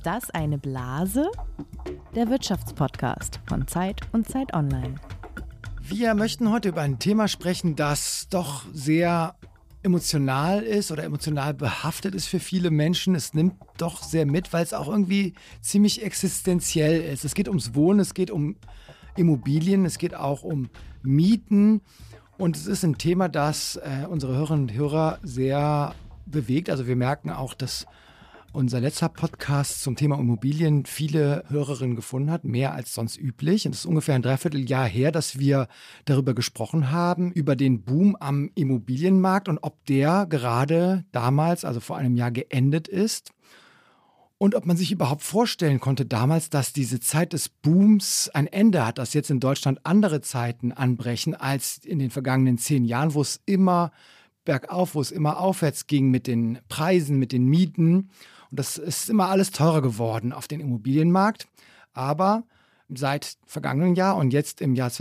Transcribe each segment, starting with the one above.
Ist das eine Blase? Der Wirtschaftspodcast von Zeit und Zeit Online. Wir möchten heute über ein Thema sprechen, das doch sehr emotional ist oder emotional behaftet ist für viele Menschen. Es nimmt doch sehr mit, weil es auch irgendwie ziemlich existenziell ist. Es geht ums Wohnen, es geht um Immobilien, es geht auch um Mieten. Und es ist ein Thema, das unsere Hörerinnen und Hörer sehr bewegt. Also wir merken auch, dass unser letzter Podcast zum Thema Immobilien viele Hörerinnen gefunden hat, mehr als sonst üblich. Und es ist ungefähr ein Dreivierteljahr her, dass wir darüber gesprochen haben, über den Boom am Immobilienmarkt und ob der gerade damals, also vor einem Jahr, geendet ist. Und ob man sich überhaupt vorstellen konnte damals, dass diese Zeit des Booms ein Ende hat, dass jetzt in Deutschland andere Zeiten anbrechen als in den vergangenen 10 Jahren, wo es immer bergauf, wo es immer aufwärts ging mit den Preisen, mit den Mieten. Und das ist immer alles teurer geworden auf den Immobilienmarkt. Aber seit vergangenen Jahr und jetzt im Jahr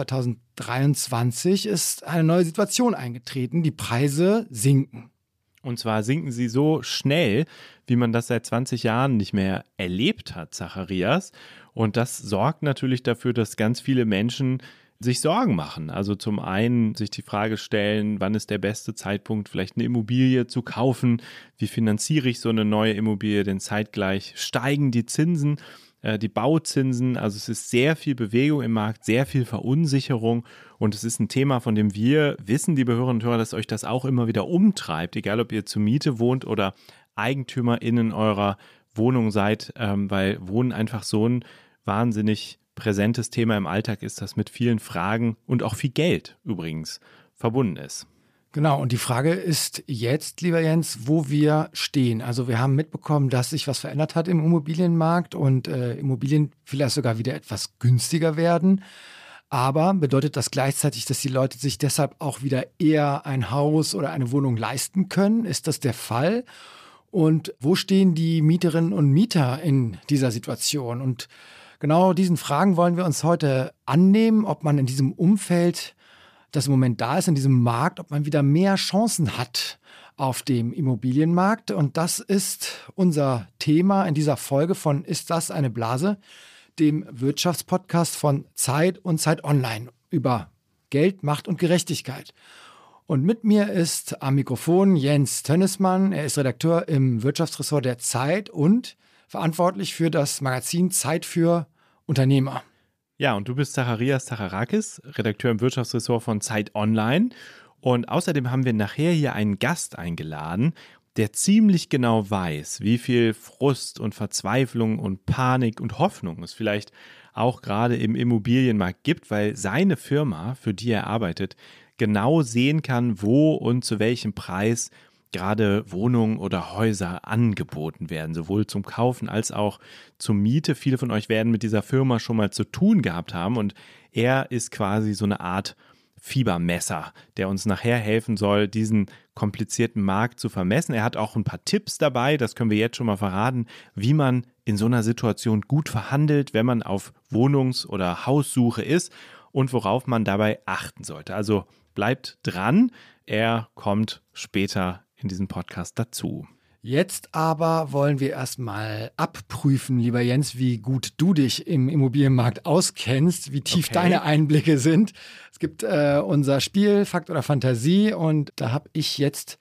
2023 ist eine neue Situation eingetreten. Die Preise sinken. Und zwar sinken sie so schnell, wie man das seit 20 Jahren nicht mehr erlebt hat, Zacharias. Und das sorgt natürlich dafür, dass ganz viele Menschen sich Sorgen machen. Also zum einen sich die Frage stellen, wann ist der beste Zeitpunkt, vielleicht eine Immobilie zu kaufen? Wie finanziere ich so eine neue Immobilie? Denn zeitgleich steigen die Zinsen, die Bauzinsen. Also es ist sehr viel Bewegung im Markt, sehr viel Verunsicherung. Und es ist ein Thema, von dem wir wissen, liebe Hörerinnen und Hörer, dass euch das auch immer wieder umtreibt, egal ob ihr zur Miete wohnt oder EigentümerInnen eurer Wohnung seid, weil Wohnen einfach so ein wahnsinnig präsentes Thema im Alltag ist, das mit vielen Fragen und auch viel Geld übrigens verbunden ist. Genau, und die Frage ist jetzt, lieber Jens, wo wir stehen. Also wir haben mitbekommen, dass sich was verändert hat im Immobilienmarkt und Immobilien vielleicht sogar wieder etwas günstiger werden. Aber bedeutet das gleichzeitig, dass die Leute sich deshalb auch wieder eher ein Haus oder eine Wohnung leisten können? Ist das der Fall? Und wo stehen die Mieterinnen und Mieter in dieser Situation? Und genau diesen Fragen wollen wir uns heute annehmen, ob man in diesem Umfeld, das im Moment da ist, in diesem Markt, ob man wieder mehr Chancen hat auf dem Immobilienmarkt. Und das ist unser Thema in dieser Folge von Ist das eine Blase?, dem Wirtschaftspodcast von Zeit und Zeit Online über Geld, Macht und Gerechtigkeit. Und mit mir ist am Mikrofon Jens Tönnesmann. Er ist Redakteur im Wirtschaftsressort der Zeit und verantwortlich für das Magazin Zeit für Unternehmer. Ja, und du bist Zacharias Zacharakis, Redakteur im Wirtschaftsressort von Zeit Online. Und außerdem haben wir nachher hier einen Gast eingeladen, der ziemlich genau weiß, wie viel Frust und Verzweiflung und Panik und Hoffnung es vielleicht auch gerade im Immobilienmarkt gibt, weil seine Firma, für die er arbeitet, genau sehen kann, wo und zu welchem Preis gerade Wohnungen oder Häuser angeboten werden, sowohl zum Kaufen als auch zur Miete. Viele von euch werden mit dieser Firma schon mal zu tun gehabt haben und er ist quasi so eine Art Fiebermesser, der uns nachher helfen soll, diesen komplizierten Markt zu vermessen. Er hat auch ein paar Tipps dabei, das können wir jetzt schon mal verraten, wie man in so einer Situation gut verhandelt, wenn man auf Wohnungs- oder Haussuche ist und worauf man dabei achten sollte. Also bleibt dran, er kommt später in diesem Podcast dazu. Jetzt aber wollen wir erstmal abprüfen, lieber Jens, wie gut du dich im Immobilienmarkt auskennst, wie tief deine Einblicke sind. Es gibt unser Spiel Fakt oder Fantasie und da habe ich jetzt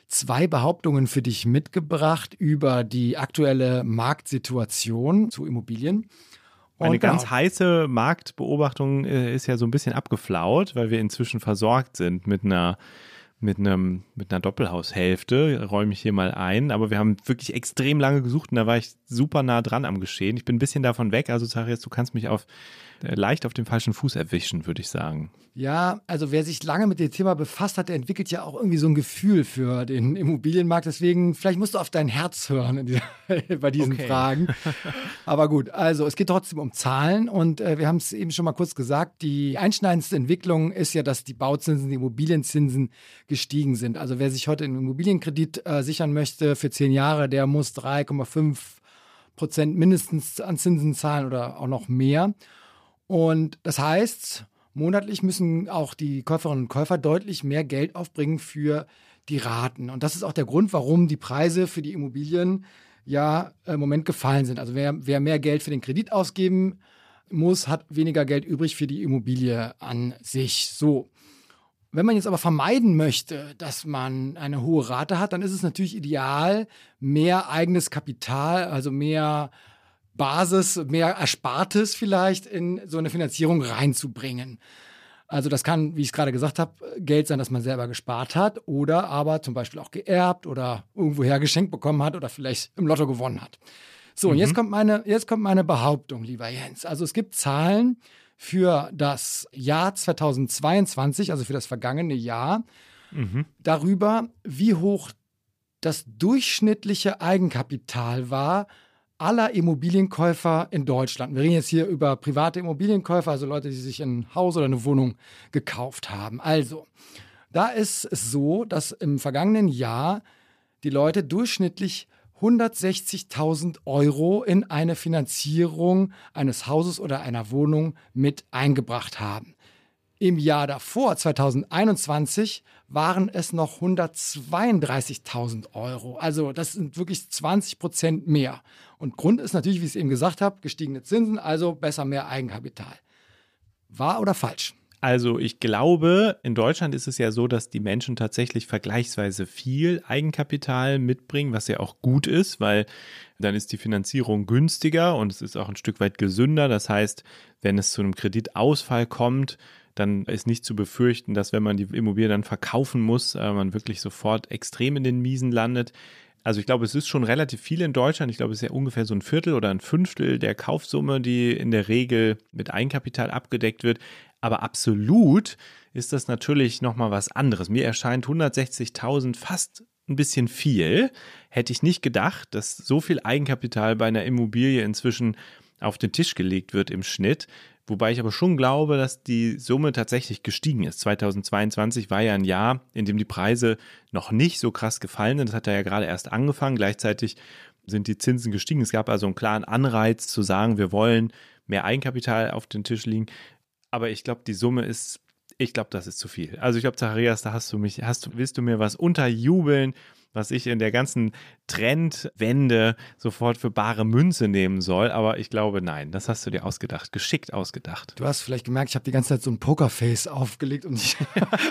2 Behauptungen für dich mitgebracht über die aktuelle Marktsituation zu Immobilien. Eine ganz heiße Marktbeobachtung ist ja so ein bisschen abgeflaut, weil wir inzwischen versorgt sind mit einer Doppelhaushälfte, räume ich hier mal ein. Aber wir haben wirklich extrem lange gesucht und da war ich super nah dran am Geschehen. Ich bin ein bisschen davon weg, also Zacharias, du kannst mich leicht auf dem falschen Fuß erwischen, würde ich sagen. Ja, also wer sich lange mit dem Thema befasst hat, der entwickelt ja auch irgendwie so ein Gefühl für den Immobilienmarkt. Deswegen, vielleicht musst du auf dein Herz hören bei diesen Fragen. Aber gut, also es geht trotzdem um Zahlen und wir haben es eben schon mal kurz gesagt, die einschneidendste Entwicklung ist ja, dass die Bauzinsen, die Immobilienzinsen gestiegen sind. Also wer sich heute einen Immobilienkredit sichern möchte für 10 Jahre, der muss 3,5% mindestens an Zinsen zahlen oder auch noch mehr. Und das heißt, monatlich müssen auch die Käuferinnen und Käufer deutlich mehr Geld aufbringen für die Raten. Und das ist auch der Grund, warum die Preise für die Immobilien ja im Moment gefallen sind. Also wer mehr Geld für den Kredit ausgeben muss, hat weniger Geld übrig für die Immobilie an sich. So. Wenn man jetzt aber vermeiden möchte, dass man eine hohe Rate hat, dann ist es natürlich ideal, mehr eigenes Kapital, also mehr Basis, mehr Erspartes vielleicht in so eine Finanzierung reinzubringen. Also das kann, wie ich es gerade gesagt habe, Geld sein, das man selber gespart hat oder aber zum Beispiel auch geerbt oder irgendwoher geschenkt bekommen hat oder vielleicht im Lotto gewonnen hat. So, und jetzt kommt meine Behauptung, lieber Jens. Also es gibt Zahlen für das Jahr 2022, also für das vergangene Jahr, darüber, wie hoch das durchschnittliche Eigenkapital war aller Immobilienkäufer in Deutschland. Wir reden jetzt hier über private Immobilienkäufer, also Leute, die sich ein Haus oder eine Wohnung gekauft haben. Also, da ist es so, dass im vergangenen Jahr die Leute durchschnittlich 160.000 Euro in eine Finanzierung eines Hauses oder einer Wohnung mit eingebracht haben. Im Jahr davor, 2021, waren es noch 132.000 Euro. Also das sind wirklich 20% mehr. Und Grund ist natürlich, wie ich es eben gesagt habe, gestiegene Zinsen, also besser mehr Eigenkapital. Wahr oder falsch? Also ich glaube, in Deutschland ist es ja so, dass die Menschen tatsächlich vergleichsweise viel Eigenkapital mitbringen, was ja auch gut ist, weil dann ist die Finanzierung günstiger und es ist auch ein Stück weit gesünder. Das heißt, wenn es zu einem Kreditausfall kommt, dann ist nicht zu befürchten, dass wenn man die Immobilie dann verkaufen muss, man wirklich sofort extrem in den Miesen landet. Also ich glaube, es ist schon relativ viel in Deutschland. Ich glaube, es ist ja ungefähr so ein Viertel oder ein Fünftel der Kaufsumme, die in der Regel mit Eigenkapital abgedeckt wird. Aber absolut ist das natürlich nochmal was anderes. Mir erscheint 160.000 fast ein bisschen viel. Hätte ich nicht gedacht, dass so viel Eigenkapital bei einer Immobilie inzwischen auf den Tisch gelegt wird im Schnitt. Wobei ich aber schon glaube, dass die Summe tatsächlich gestiegen ist. 2022 war ja ein Jahr, in dem die Preise noch nicht so krass gefallen sind. Das hat ja gerade erst angefangen. Gleichzeitig sind die Zinsen gestiegen. Es gab also einen klaren Anreiz zu sagen, wir wollen mehr Eigenkapital auf den Tisch legen. Aber ich glaube, die Summe ist, ich glaube, das ist zu viel. Also ich glaube, Zacharias, da willst du mir was unterjubeln, was ich in der ganzen Trendwende sofort für bare Münze nehmen soll. Aber ich glaube, nein, das hast du dir ausgedacht, geschickt ausgedacht. Du hast vielleicht gemerkt, ich habe die ganze Zeit so ein Pokerface aufgelegt und ich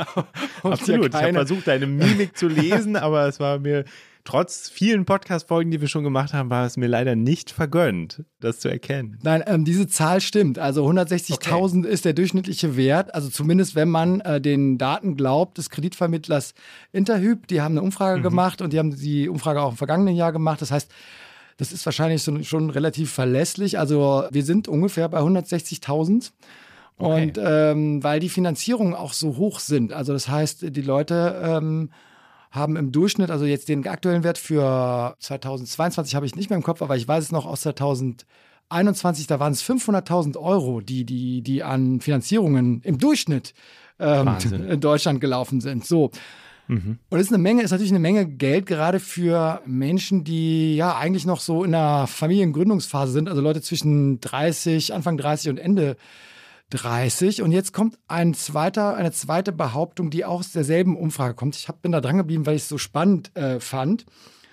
Absolut, ich habe versucht, deine Mimik zu lesen, aber es war mir trotz vielen Podcast-Folgen, die wir schon gemacht haben, war es mir leider nicht vergönnt, das zu erkennen. Nein, diese Zahl stimmt. Also 160.000 ist der durchschnittliche Wert. Also zumindest, wenn man den Daten glaubt, des Kreditvermittlers Interhyp. Die haben eine Umfrage gemacht und die haben die Umfrage auch im vergangenen Jahr gemacht. Das heißt, das ist wahrscheinlich schon relativ verlässlich. Also wir sind ungefähr bei 160.000. Okay. Und weil die Finanzierungen auch so hoch sind. Also das heißt, die Leute haben im Durchschnitt, also jetzt den aktuellen Wert für 2022 habe ich nicht mehr im Kopf, aber ich weiß es noch aus 2021, da waren es 500.000 Euro, die an Finanzierungen im Durchschnitt in Deutschland gelaufen sind. So. Und das ist natürlich eine Menge Geld, gerade für Menschen, die ja eigentlich noch so in der Familiengründungsphase sind, also Leute zwischen Anfang 30 und Ende 30. Und jetzt kommt eine zweite Behauptung, die auch aus derselben Umfrage kommt. Ich bin da dran geblieben, weil ich es so spannend fand.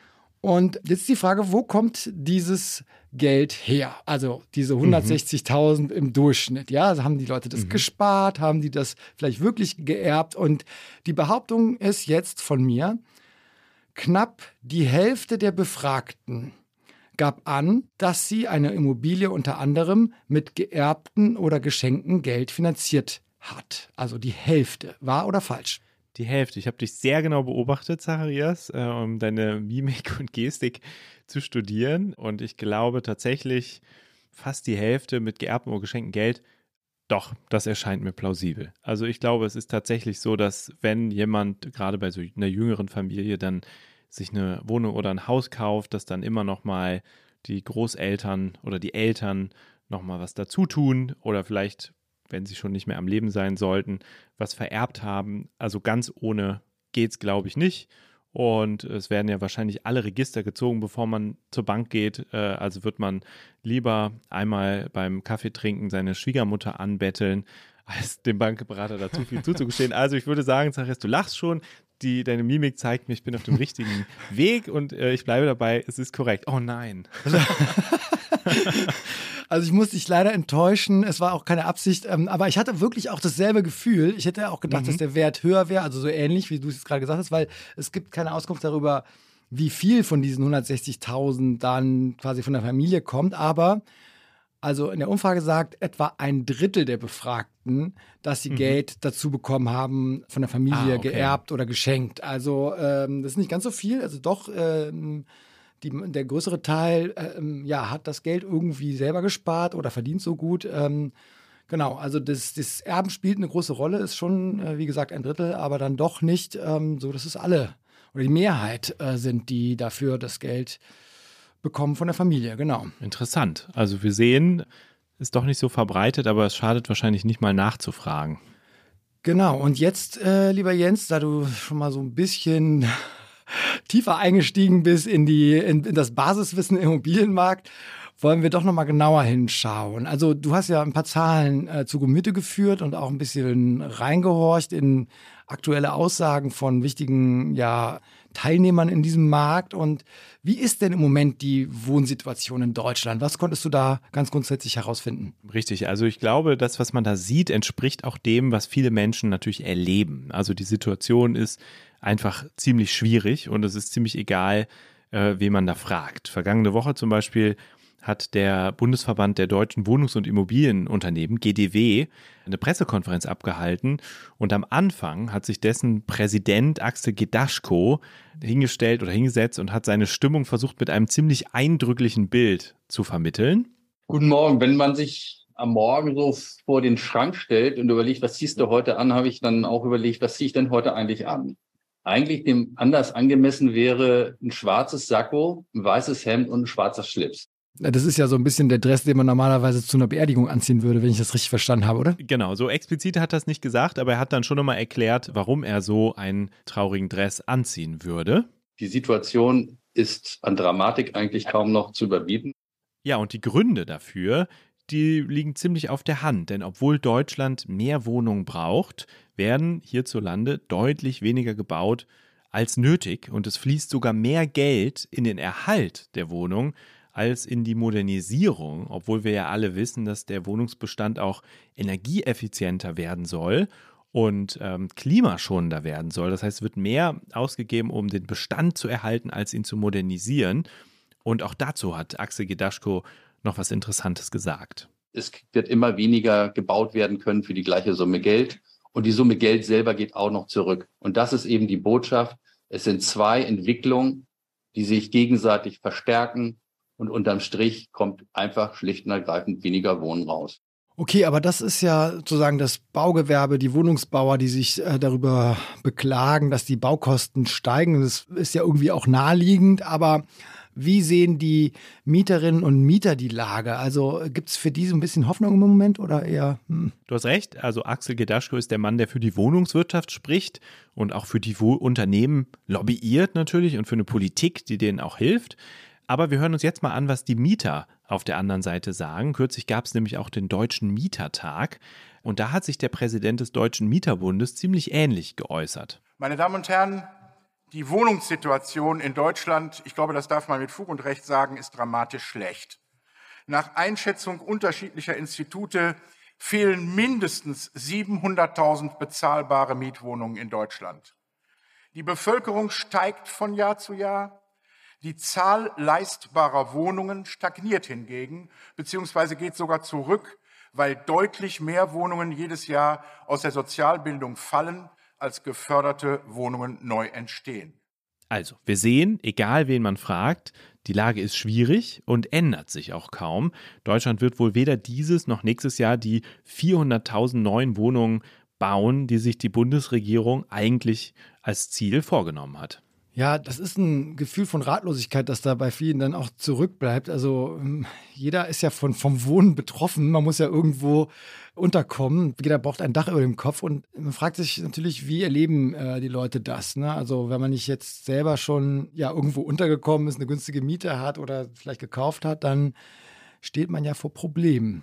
Und jetzt die Frage, wo kommt dieses Geld her? Also diese 160.000 im Durchschnitt. Ja, also haben die Leute das gespart? Haben die das vielleicht wirklich geerbt? Und die Behauptung ist jetzt von mir, knapp die Hälfte der Befragten gab an, dass sie eine Immobilie unter anderem mit geerbten oder geschenkten Geld finanziert hat. Also die Hälfte. Wahr oder falsch? Die Hälfte. Ich habe dich sehr genau beobachtet, Zacharias, um deine Mimik und Gestik zu studieren. Und ich glaube tatsächlich fast die Hälfte mit geerbtem oder geschenktem Geld. Doch, das erscheint mir plausibel. Also ich glaube, es ist tatsächlich so, dass wenn jemand gerade bei so einer jüngeren Familie dann sich eine Wohnung oder ein Haus kauft, dass dann immer noch mal die Großeltern oder die Eltern noch mal was dazu tun oder vielleicht, wenn sie schon nicht mehr am Leben sein sollten, was vererbt haben. Also ganz ohne geht's, glaube ich, nicht. Und es werden ja wahrscheinlich alle Register gezogen, bevor man zur Bank geht. Also wird man lieber einmal beim Kaffeetrinken seine Schwiegermutter anbetteln, als dem Bankberater dazu viel zuzugestehen. Also ich würde sagen, Zacharias, du lachst schon. deine Mimik zeigt mir, ich bin auf dem richtigen Weg und ich bleibe dabei, es ist korrekt. Oh nein. Also ich muss dich leider enttäuschen, es war auch keine Absicht, aber ich hatte wirklich auch dasselbe Gefühl. Ich hätte auch gedacht, dass der Wert höher wäre, also so ähnlich, wie du es jetzt gerade gesagt hast, weil es gibt keine Auskunft darüber, wie viel von diesen 160.000 dann quasi von der Familie kommt, aber also in der Umfrage sagt etwa 1/3 der Befragten, dass sie Geld dazu bekommen haben, von der Familie geerbt oder geschenkt. Also das ist nicht ganz so viel, also doch der größere Teil hat das Geld irgendwie selber gespart oder verdient so gut. Genau, also das Erben spielt eine große Rolle, ist schon, wie gesagt, 1/3, aber dann doch nicht so, dass es alle oder die Mehrheit sind, die dafür das Geld bekommen von der Familie, genau. Interessant. Also wir sehen, ist doch nicht so verbreitet, aber es schadet wahrscheinlich nicht mal nachzufragen. Genau, und jetzt, lieber Jens, da du schon mal so ein bisschen tiefer eingestiegen bist in das Basiswissen im Immobilienmarkt, wollen wir doch noch mal genauer hinschauen. Also du hast ja ein paar Zahlen zu Gemüte geführt und auch ein bisschen reingehorcht in aktuelle Aussagen von wichtigen Teilnehmern in diesem Markt. Und wie ist denn im Moment die Wohnsituation in Deutschland? Was konntest du da ganz grundsätzlich herausfinden? Richtig, also ich glaube, das, was man da sieht, entspricht auch dem, was viele Menschen natürlich erleben. Also die Situation ist einfach ziemlich schwierig und es ist ziemlich egal, wen man da fragt. Vergangene Woche zum Beispiel hat der Bundesverband der deutschen Wohnungs- und Immobilienunternehmen, GDW, eine Pressekonferenz abgehalten und am Anfang hat sich dessen Präsident Axel Gedaschko hingesetzt und hat seine Stimmung versucht, mit einem ziemlich eindrücklichen Bild zu vermitteln. Guten Morgen. Wenn man sich am Morgen so vor den Schrank stellt und überlegt, was ziehst du heute an, habe ich dann auch überlegt, was ziehe ich denn heute eigentlich an? Eigentlich dem Anlass angemessen wäre ein schwarzes Sakko, ein weißes Hemd und ein schwarzer Schlips. Das ist ja so ein bisschen der Dress, den man normalerweise zu einer Beerdigung anziehen würde, wenn ich das richtig verstanden habe, oder? Genau, so explizit hat er das nicht gesagt, aber er hat dann schon nochmal erklärt, warum er so einen traurigen Dress anziehen würde. Die Situation ist an Dramatik eigentlich kaum noch zu überbieten. Ja, und die Gründe dafür, die liegen ziemlich auf der Hand, denn obwohl Deutschland mehr Wohnungen braucht, werden hierzulande deutlich weniger gebaut als nötig und es fließt sogar mehr Geld in den Erhalt der Wohnung als in die Modernisierung, obwohl wir ja alle wissen, dass der Wohnungsbestand auch energieeffizienter werden soll und klimaschonender werden soll. Das heißt, es wird mehr ausgegeben, um den Bestand zu erhalten, als ihn zu modernisieren. Und auch dazu hat Axel Gedaschko noch was Interessantes gesagt. Es wird immer weniger gebaut werden können für die gleiche Summe Geld. Und die Summe Geld selber geht auch noch zurück. Und das ist eben die Botschaft. Es sind zwei Entwicklungen, die sich gegenseitig verstärken. Und unterm Strich kommt einfach schlicht und ergreifend weniger Wohnen raus. Okay, aber das ist ja sozusagen das Baugewerbe, die Wohnungsbauer, die sich darüber beklagen, dass die Baukosten steigen. Das ist ja irgendwie auch naheliegend, aber wie sehen die Mieterinnen und Mieter die Lage? Also gibt es für die so ein bisschen Hoffnung im Moment oder eher? Du hast recht, also Axel Gedaschko ist der Mann, der für die Wohnungswirtschaft spricht und auch für die Unternehmen lobbyiert natürlich und für eine Politik, die denen auch hilft. Aber wir hören uns jetzt mal an, was die Mieter auf der anderen Seite sagen. Kürzlich gab es nämlich auch den Deutschen Mietertag. Und da hat sich der Präsident des Deutschen Mieterbundes ziemlich ähnlich geäußert. Meine Damen und Herren, die Wohnungssituation in Deutschland, ich glaube, das darf man mit Fug und Recht sagen, ist dramatisch schlecht. Nach Einschätzung unterschiedlicher Institute fehlen mindestens 700.000 bezahlbare Mietwohnungen in Deutschland. Die Bevölkerung steigt von Jahr zu Jahr. Die Zahl leistbarer Wohnungen stagniert hingegen, beziehungsweise geht sogar zurück, weil deutlich mehr Wohnungen jedes Jahr aus der Sozialbildung fallen, als geförderte Wohnungen neu entstehen. Also, wir sehen, egal wen man fragt, die Lage ist schwierig und ändert sich auch kaum. Deutschland wird wohl weder dieses noch nächstes Jahr die 400.000 neuen Wohnungen bauen, die sich die Bundesregierung eigentlich als Ziel vorgenommen hat. Ja, das ist ein Gefühl von Ratlosigkeit, das da bei vielen dann auch zurückbleibt. Also jeder ist ja vom Wohnen betroffen. Man muss ja irgendwo unterkommen. Jeder braucht ein Dach über dem Kopf. Und man fragt sich natürlich, wie erleben die Leute das? Ne? Also wenn man nicht jetzt selber schon irgendwo untergekommen ist, eine günstige Miete hat oder vielleicht gekauft hat, dann steht man ja vor Problemen.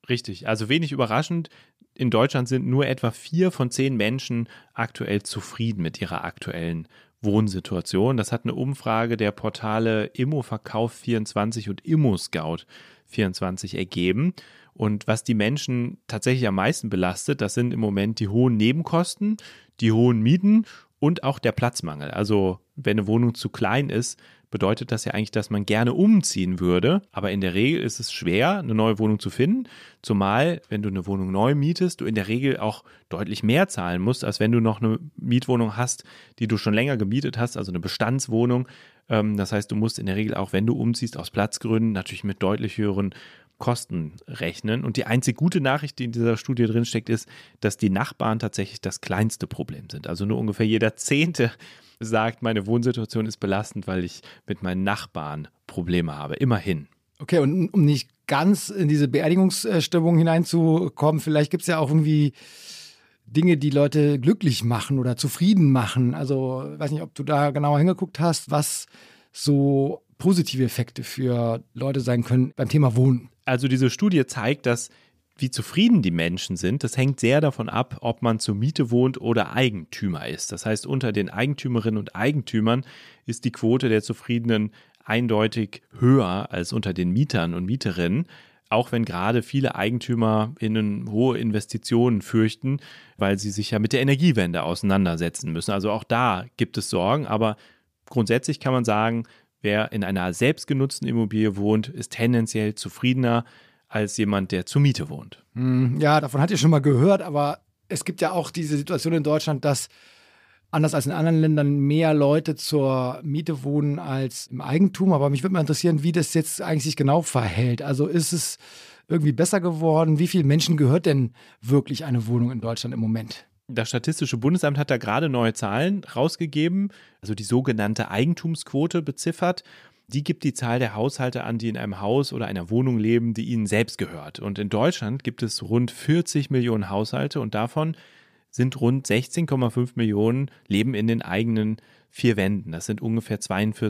Richtig, also wenig überraschend. In Deutschland sind nur etwa 4 von 10 Menschen aktuell zufrieden mit ihrer aktuellen Wohnsituation. Das hat eine Umfrage der Portale Immoverkauf24 und ImmoScout24 ergeben. Und was die Menschen tatsächlich am meisten belastet, das sind im Moment die hohen Nebenkosten, die hohen Mieten und auch der Platzmangel. Also wenn eine Wohnung zu klein ist, bedeutet das ja eigentlich, dass man gerne umziehen würde. Aber in der Regel ist es schwer, eine neue Wohnung zu finden. Zumal, wenn du eine Wohnung neu mietest, du in der Regel auch deutlich mehr zahlen musst, als wenn du noch eine Mietwohnung hast, die du schon länger gemietet hast, also eine Bestandswohnung. Das heißt, du musst in der Regel auch, wenn du umziehst, aus Platzgründen natürlich mit deutlich höheren Kosten rechnen. Und die einzig gute Nachricht, die in dieser Studie drinsteckt, ist, dass die Nachbarn tatsächlich das kleinste Problem sind. Also nur ungefähr jeder 10. sagt, meine Wohnsituation ist belastend, weil ich mit meinen Nachbarn Probleme habe. Immerhin. Okay, und um nicht ganz in diese Beerdigungsstimmung hineinzukommen, vielleicht gibt es ja auch irgendwie Dinge, die Leute glücklich machen oder zufrieden machen. Also, ich weiß nicht, ob du da genauer hingeguckt hast, was so positive Effekte für Leute sein können beim Thema Wohnen. Also diese Studie zeigt, dass wie zufrieden die Menschen sind, das hängt sehr davon ab, ob man zur Miete wohnt oder Eigentümer ist. Das heißt, unter den Eigentümerinnen und Eigentümern ist die Quote der Zufriedenen eindeutig höher als unter den Mietern und Mieterinnen, auch wenn gerade viele EigentümerInnen hohe Investitionen fürchten, weil sie sich ja mit der Energiewende auseinandersetzen müssen. Also auch da gibt es Sorgen, aber grundsätzlich kann man sagen, wer in einer selbstgenutzten Immobilie wohnt, ist tendenziell zufriedener als jemand, der zur Miete wohnt. Ja, davon hat ihr schon mal gehört, aber es gibt ja auch diese Situation in Deutschland, dass anders als in anderen Ländern mehr Leute zur Miete wohnen als im Eigentum. Aber mich würde mal interessieren, wie das jetzt eigentlich sich genau verhält. Also ist es irgendwie besser geworden? Wie vielen Menschen gehört denn wirklich eine Wohnung in Deutschland im Moment? Das Statistische Bundesamt hat da gerade neue Zahlen rausgegeben, also die sogenannte Eigentumsquote beziffert. Die gibt die Zahl der Haushalte an, die in einem Haus oder einer Wohnung leben, die ihnen selbst gehört. Und in Deutschland gibt es rund 40 Millionen Haushalte und davon sind rund 16,5 Millionen leben in den eigenen 4 Wänden. Das sind ungefähr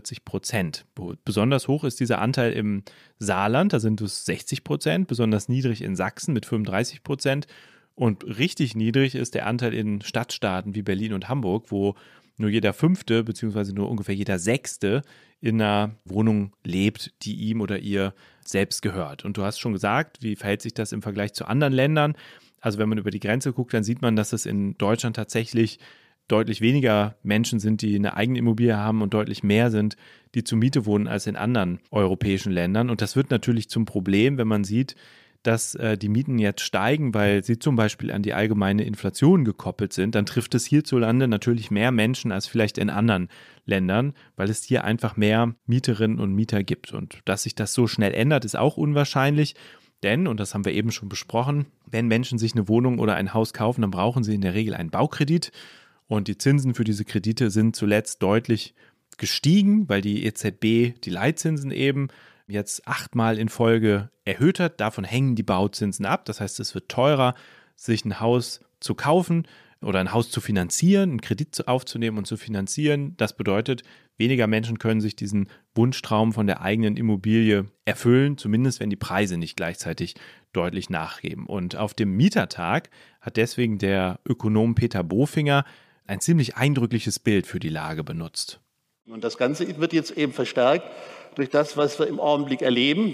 42%. Besonders hoch ist dieser Anteil im Saarland, da sind es 60%, besonders niedrig in Sachsen mit 35%. Und richtig niedrig ist der Anteil in Stadtstaaten wie Berlin und Hamburg, wo nur jeder 5. bzw. nur ungefähr jeder 6. in einer Wohnung lebt, die ihm oder ihr selbst gehört. Und du hast schon gesagt, wie verhält sich das im Vergleich zu anderen Ländern? Also wenn man über die Grenze guckt, dann sieht man, dass es in Deutschland tatsächlich deutlich weniger Menschen sind, die eine eigene Immobilie haben und deutlich mehr sind, die zur Miete wohnen als in anderen europäischen Ländern. Und das wird natürlich zum Problem, wenn man sieht, dass die Mieten jetzt steigen, weil sie zum Beispiel an die allgemeine Inflation gekoppelt sind, dann trifft es hierzulande natürlich mehr Menschen als vielleicht in anderen Ländern, weil es hier einfach mehr Mieterinnen und Mieter gibt. Und dass sich das so schnell ändert, ist auch unwahrscheinlich. Denn, und das haben wir eben schon besprochen, wenn Menschen sich eine Wohnung oder ein Haus kaufen, dann brauchen sie in der Regel einen Baukredit. Und die Zinsen für diese Kredite sind zuletzt deutlich gestiegen, weil die EZB die Leitzinsen eben jetzt 8-mal in Folge erhöht hat. Davon hängen die Bauzinsen ab. Das heißt, es wird teurer, sich ein Haus zu kaufen oder ein Haus zu finanzieren, einen Kredit aufzunehmen und zu finanzieren. Das bedeutet, weniger Menschen können sich diesen Wunschtraum von der eigenen Immobilie erfüllen, zumindest wenn die Preise nicht gleichzeitig deutlich nachgeben. Und auf dem Mietertag hat deswegen der Ökonom Peter Bofinger ein ziemlich eindrückliches Bild für die Lage benutzt. Und das Ganze wird jetzt eben verstärkt durch das, was wir im Augenblick erleben.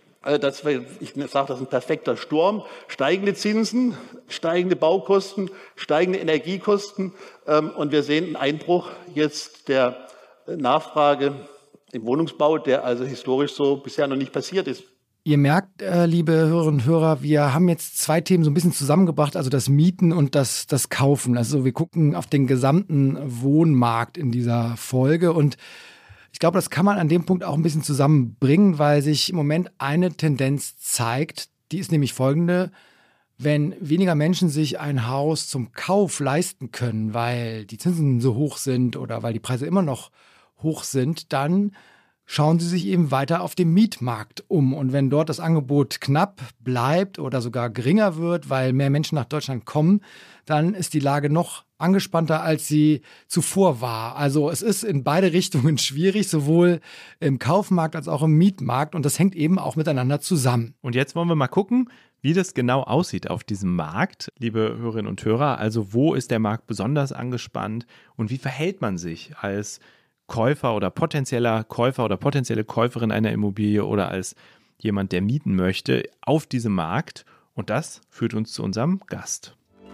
Ich sage, das ist ein perfekter Sturm. Steigende Zinsen, steigende Baukosten, steigende Energiekosten. Und wir sehen einen Einbruch jetzt der Nachfrage im Wohnungsbau, der also historisch so bisher noch nicht passiert ist. Ihr merkt, liebe Hörerinnen und Hörer, wir haben jetzt 2 Themen so ein bisschen zusammengebracht, also das Mieten und das Kaufen. Also wir gucken auf den gesamten Wohnmarkt in dieser Folge und ich glaube, das kann man an dem Punkt auch ein bisschen zusammenbringen, weil sich im Moment eine Tendenz zeigt, die ist nämlich folgende: Wenn weniger Menschen sich ein Haus zum Kauf leisten können, weil die Zinsen so hoch sind oder weil die Preise immer noch hoch sind, dann schauen sie sich eben weiter auf dem Mietmarkt um. Und wenn dort das Angebot knapp bleibt oder sogar geringer wird, weil mehr Menschen nach Deutschland kommen, dann ist die Lage noch angespannter, als sie zuvor war. Also es ist in beide Richtungen schwierig, sowohl im Kaufmarkt als auch im Mietmarkt. Und das hängt eben auch miteinander zusammen. Und jetzt wollen wir mal gucken, wie das genau aussieht auf diesem Markt, liebe Hörerinnen und Hörer. Also wo ist der Markt besonders angespannt und wie verhält man sich als Käufer oder potenzieller Käufer oder potenzielle Käuferin einer Immobilie oder als jemand, der mieten möchte, auf diesem Markt? Und das führt uns zu unserem Gast.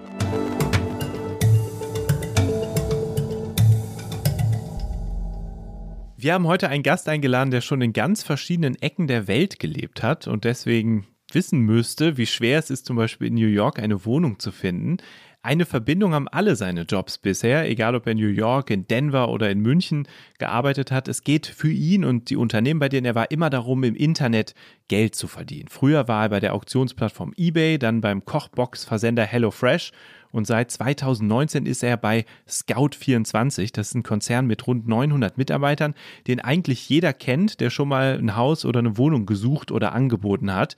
Wir haben heute einen Gast eingeladen, der schon in ganz verschiedenen Ecken der Welt gelebt hat und deswegen wissen müsste, wie schwer es ist, zum Beispiel in New York eine Wohnung zu finden. Eine Verbindung haben alle seine Jobs bisher, egal ob er in New York, in Denver oder in München gearbeitet hat. Es geht für ihn und die Unternehmen, bei denen er war, immer darum, im Internet Geld zu verdienen. Früher war er bei der Auktionsplattform eBay, dann beim Kochbox-Versender HelloFresh und seit 2019 ist er bei Scout24. Das ist ein Konzern mit rund 900 Mitarbeitern, den eigentlich jeder kennt, der schon mal ein Haus oder eine Wohnung gesucht oder angeboten hat.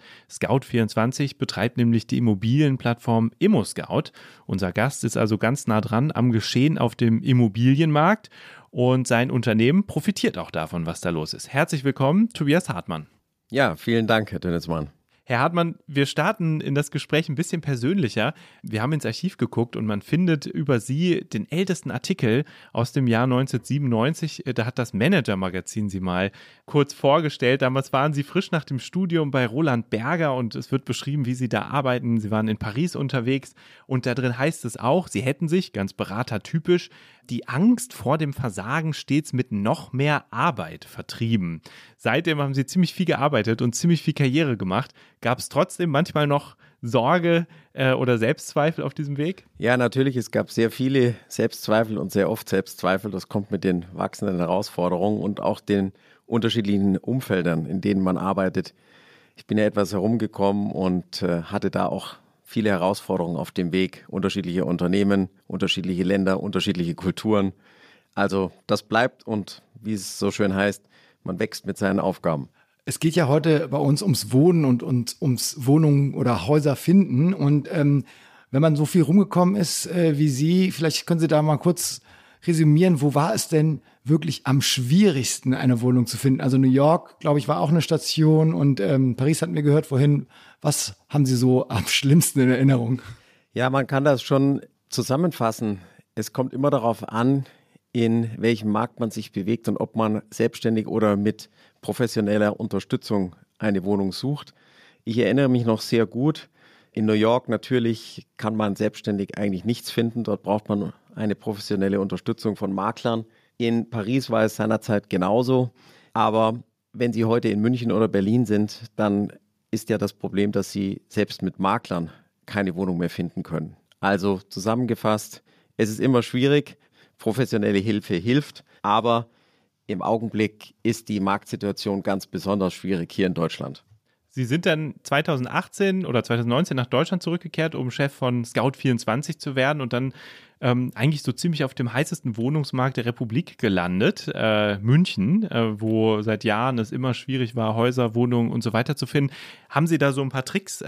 Scout24 betreibt nämlich die Immobilienplattform ImmoScout. Unser Gast ist also ganz nah dran am Geschehen auf dem Immobilienmarkt und sein Unternehmen profitiert auch davon, was da los ist. Herzlich willkommen, Tobias Hartmann. Ja, vielen Dank, Herr Dönnesmann. Herr Hartmann, wir starten in das Gespräch ein bisschen persönlicher. Wir haben ins Archiv geguckt und man findet über Sie den ältesten Artikel aus dem Jahr 1997. Da hat das Manager-Magazin Sie mal kurz vorgestellt. Damals waren Sie frisch nach dem Studium bei Roland Berger und es wird beschrieben, wie Sie da arbeiten. Sie waren in Paris unterwegs und da drin heißt es auch, Sie hätten sich, ganz beratertypisch, die Angst vor dem Versagen stets mit noch mehr Arbeit vertrieben. Seitdem haben Sie ziemlich viel gearbeitet und ziemlich viel Karriere gemacht. Gab es trotzdem manchmal noch Sorge oder Selbstzweifel auf diesem Weg? Ja, natürlich. Es gab sehr viele Selbstzweifel und sehr oft Selbstzweifel. Das kommt mit den wachsenden Herausforderungen und auch den unterschiedlichen Umfeldern, in denen man arbeitet. Ich bin ja etwas herumgekommen und hatte da auch viele Herausforderungen auf dem Weg. Unterschiedliche Unternehmen, unterschiedliche Länder, unterschiedliche Kulturen. Also das bleibt und wie es so schön heißt, man wächst mit seinen Aufgaben. Es geht ja heute bei uns ums Wohnen und ums Wohnungen oder Häuser finden. Und wenn man so viel rumgekommen ist wie Sie, vielleicht können Sie da mal kurz resümieren, wo war es denn wirklich am schwierigsten, eine Wohnung zu finden? Also New York, glaube ich, war auch eine Station und Paris hatten wir gehört, wohin. Was haben Sie so am schlimmsten in Erinnerung? Ja, man kann das schon zusammenfassen. Es kommt immer darauf an, in welchem Markt man sich bewegt und ob man selbstständig oder mit professioneller Unterstützung eine Wohnung sucht. Ich erinnere mich noch sehr gut, in New York natürlich kann man selbstständig eigentlich nichts finden. Dort braucht man eine professionelle Unterstützung von Maklern. In Paris war es seinerzeit genauso. Aber wenn Sie heute in München oder Berlin sind, dann ist ja das Problem, dass Sie selbst mit Maklern keine Wohnung mehr finden können. Also zusammengefasst, es ist immer schwierig. Professionelle Hilfe hilft, aber im Augenblick ist die Marktsituation ganz besonders schwierig hier in Deutschland. Sie sind dann 2018 oder 2019 nach Deutschland zurückgekehrt, um Chef von Scout24 zu werden und dann eigentlich so ziemlich auf dem heißesten Wohnungsmarkt der Republik gelandet, München, wo seit Jahren es immer schwierig war, Häuser, Wohnungen und so weiter zu finden. Haben Sie da so ein paar Tricks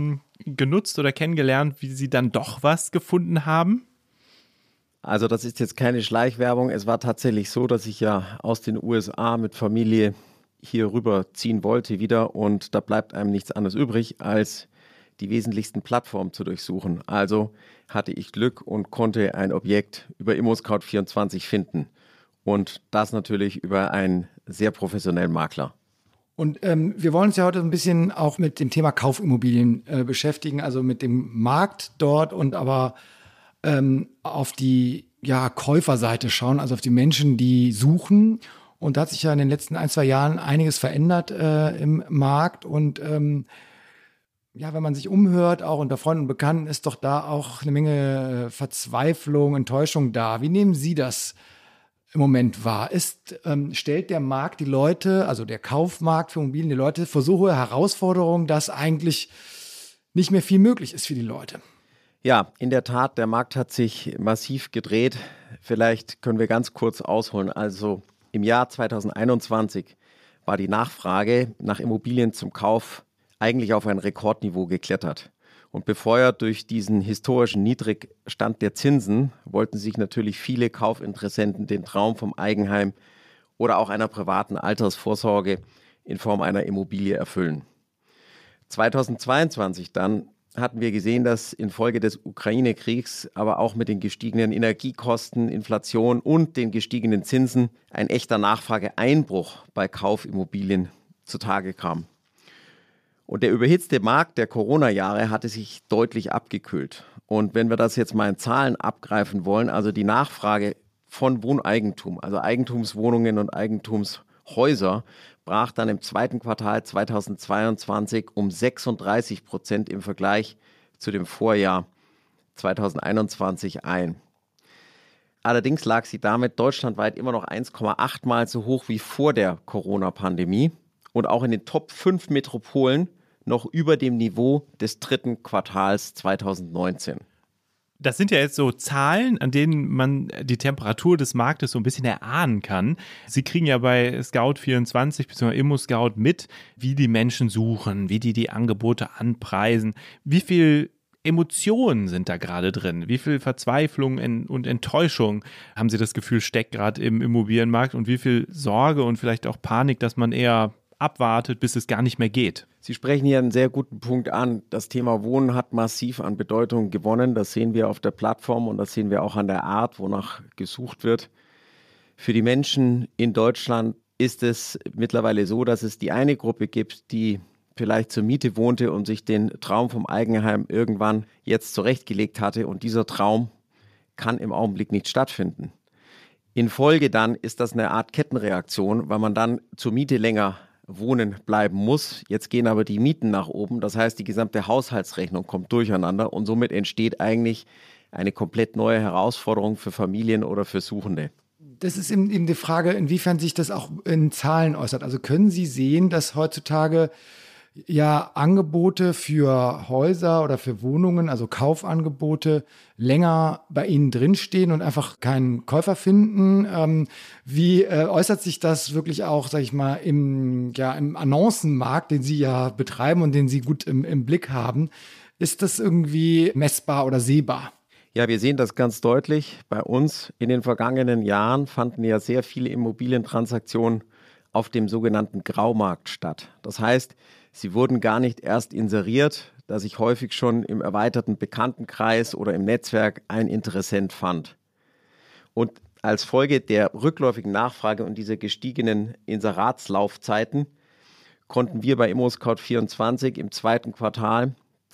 genutzt oder kennengelernt, wie Sie dann doch was gefunden haben? Also das ist jetzt keine Schleichwerbung. Es war tatsächlich so, dass ich ja aus den USA mit Familie hier rüberziehen wollte wieder und da bleibt einem nichts anderes übrig, als die wesentlichsten Plattformen zu durchsuchen. Also hatte ich Glück und konnte ein Objekt über ImmoScout24 finden und das natürlich über einen sehr professionellen Makler. Und wir wollen uns ja heute ein bisschen auch mit dem Thema Kaufimmobilien beschäftigen, also mit dem Markt dort und aber auf die Käuferseite schauen, also auf die Menschen, die suchen. Und da hat sich ja in den letzten 1-2 Jahren einiges verändert im Markt. Und wenn man sich umhört, auch unter Freunden und Bekannten, ist doch da auch eine Menge Verzweiflung, Enttäuschung da. Wie nehmen Sie das im Moment wahr? Stellt der Markt die Leute, also der Kaufmarkt für Immobilien, die Leute vor so hohe Herausforderungen, dass eigentlich nicht mehr viel möglich ist für die Leute? Ja, in der Tat, der Markt hat sich massiv gedreht. Vielleicht können wir ganz kurz ausholen. Also im Jahr 2021 war die Nachfrage nach Immobilien zum Kauf eigentlich auf ein Rekordniveau geklettert. Und befeuert durch diesen historischen Niedrigstand der Zinsen wollten sich natürlich viele Kaufinteressenten den Traum vom Eigenheim oder auch einer privaten Altersvorsorge in Form einer Immobilie erfüllen. 2022 dann hatten wir gesehen, dass infolge des Ukraine-Kriegs, aber auch mit den gestiegenen Energiekosten, Inflation und den gestiegenen Zinsen ein echter Nachfrageeinbruch bei Kaufimmobilien zutage kam. Und der überhitzte Markt der Corona-Jahre hatte sich deutlich abgekühlt. Und wenn wir das jetzt mal in Zahlen abgreifen wollen, also die Nachfrage von Wohneigentum, also Eigentumswohnungen und Eigentumshäuser, brach dann im zweiten Quartal 2022 um 36% im Vergleich zu dem Vorjahr 2021 ein. Allerdings lag sie damit deutschlandweit immer noch 1,8 Mal so hoch wie vor der Corona-Pandemie und auch in den Top 5 Metropolen noch über dem Niveau des dritten Quartals 2019. Das sind ja jetzt so Zahlen, an denen man die Temperatur des Marktes so ein bisschen erahnen kann. Sie kriegen ja bei Scout24 bzw. ImmoScout mit, wie die Menschen suchen, wie die Angebote anpreisen. Wie viel Emotionen sind da gerade drin? Wie viel Verzweiflung und Enttäuschung, haben Sie das Gefühl, steckt gerade im Immobilienmarkt? Und wie viel Sorge und vielleicht auch Panik, dass man eher abwartet, bis es gar nicht mehr geht? Sie sprechen hier einen sehr guten Punkt an. Das Thema Wohnen hat massiv an Bedeutung gewonnen. Das sehen wir auf der Plattform und das sehen wir auch an der Art, wonach gesucht wird. Für die Menschen in Deutschland ist es mittlerweile so, dass es die eine Gruppe gibt, die vielleicht zur Miete wohnte und sich den Traum vom Eigenheim irgendwann jetzt zurechtgelegt hatte. Und dieser Traum kann im Augenblick nicht stattfinden. In Folge dann ist das eine Art Kettenreaktion, weil man dann zur Miete länger wohnen bleiben muss. Jetzt gehen aber die Mieten nach oben. Das heißt, die gesamte Haushaltsrechnung kommt durcheinander und somit entsteht eigentlich eine komplett neue Herausforderung für Familien oder für Suchende. Das ist eben die Frage, inwiefern sich das auch in Zahlen äußert. Also können Sie sehen, dass heutzutage ja Angebote für Häuser oder für Wohnungen, also Kaufangebote, länger bei Ihnen drinstehen und einfach keinen Käufer finden? Wie äußert sich das wirklich auch, sag ich mal, im Annoncenmarkt, den Sie ja betreiben und den Sie gut im Blick haben? Ist das irgendwie messbar oder sehbar? Ja, wir sehen das ganz deutlich. Bei uns in den vergangenen Jahren fanden ja sehr viele Immobilientransaktionen auf dem sogenannten Graumarkt statt. Das heißt, sie wurden gar nicht erst inseriert, da sich häufig schon im erweiterten Bekanntenkreis oder im Netzwerk ein Interessent fand. Und als Folge der rückläufigen Nachfrage und dieser gestiegenen Inseratslaufzeiten konnten wir bei ImmoScout24 im zweiten Quartal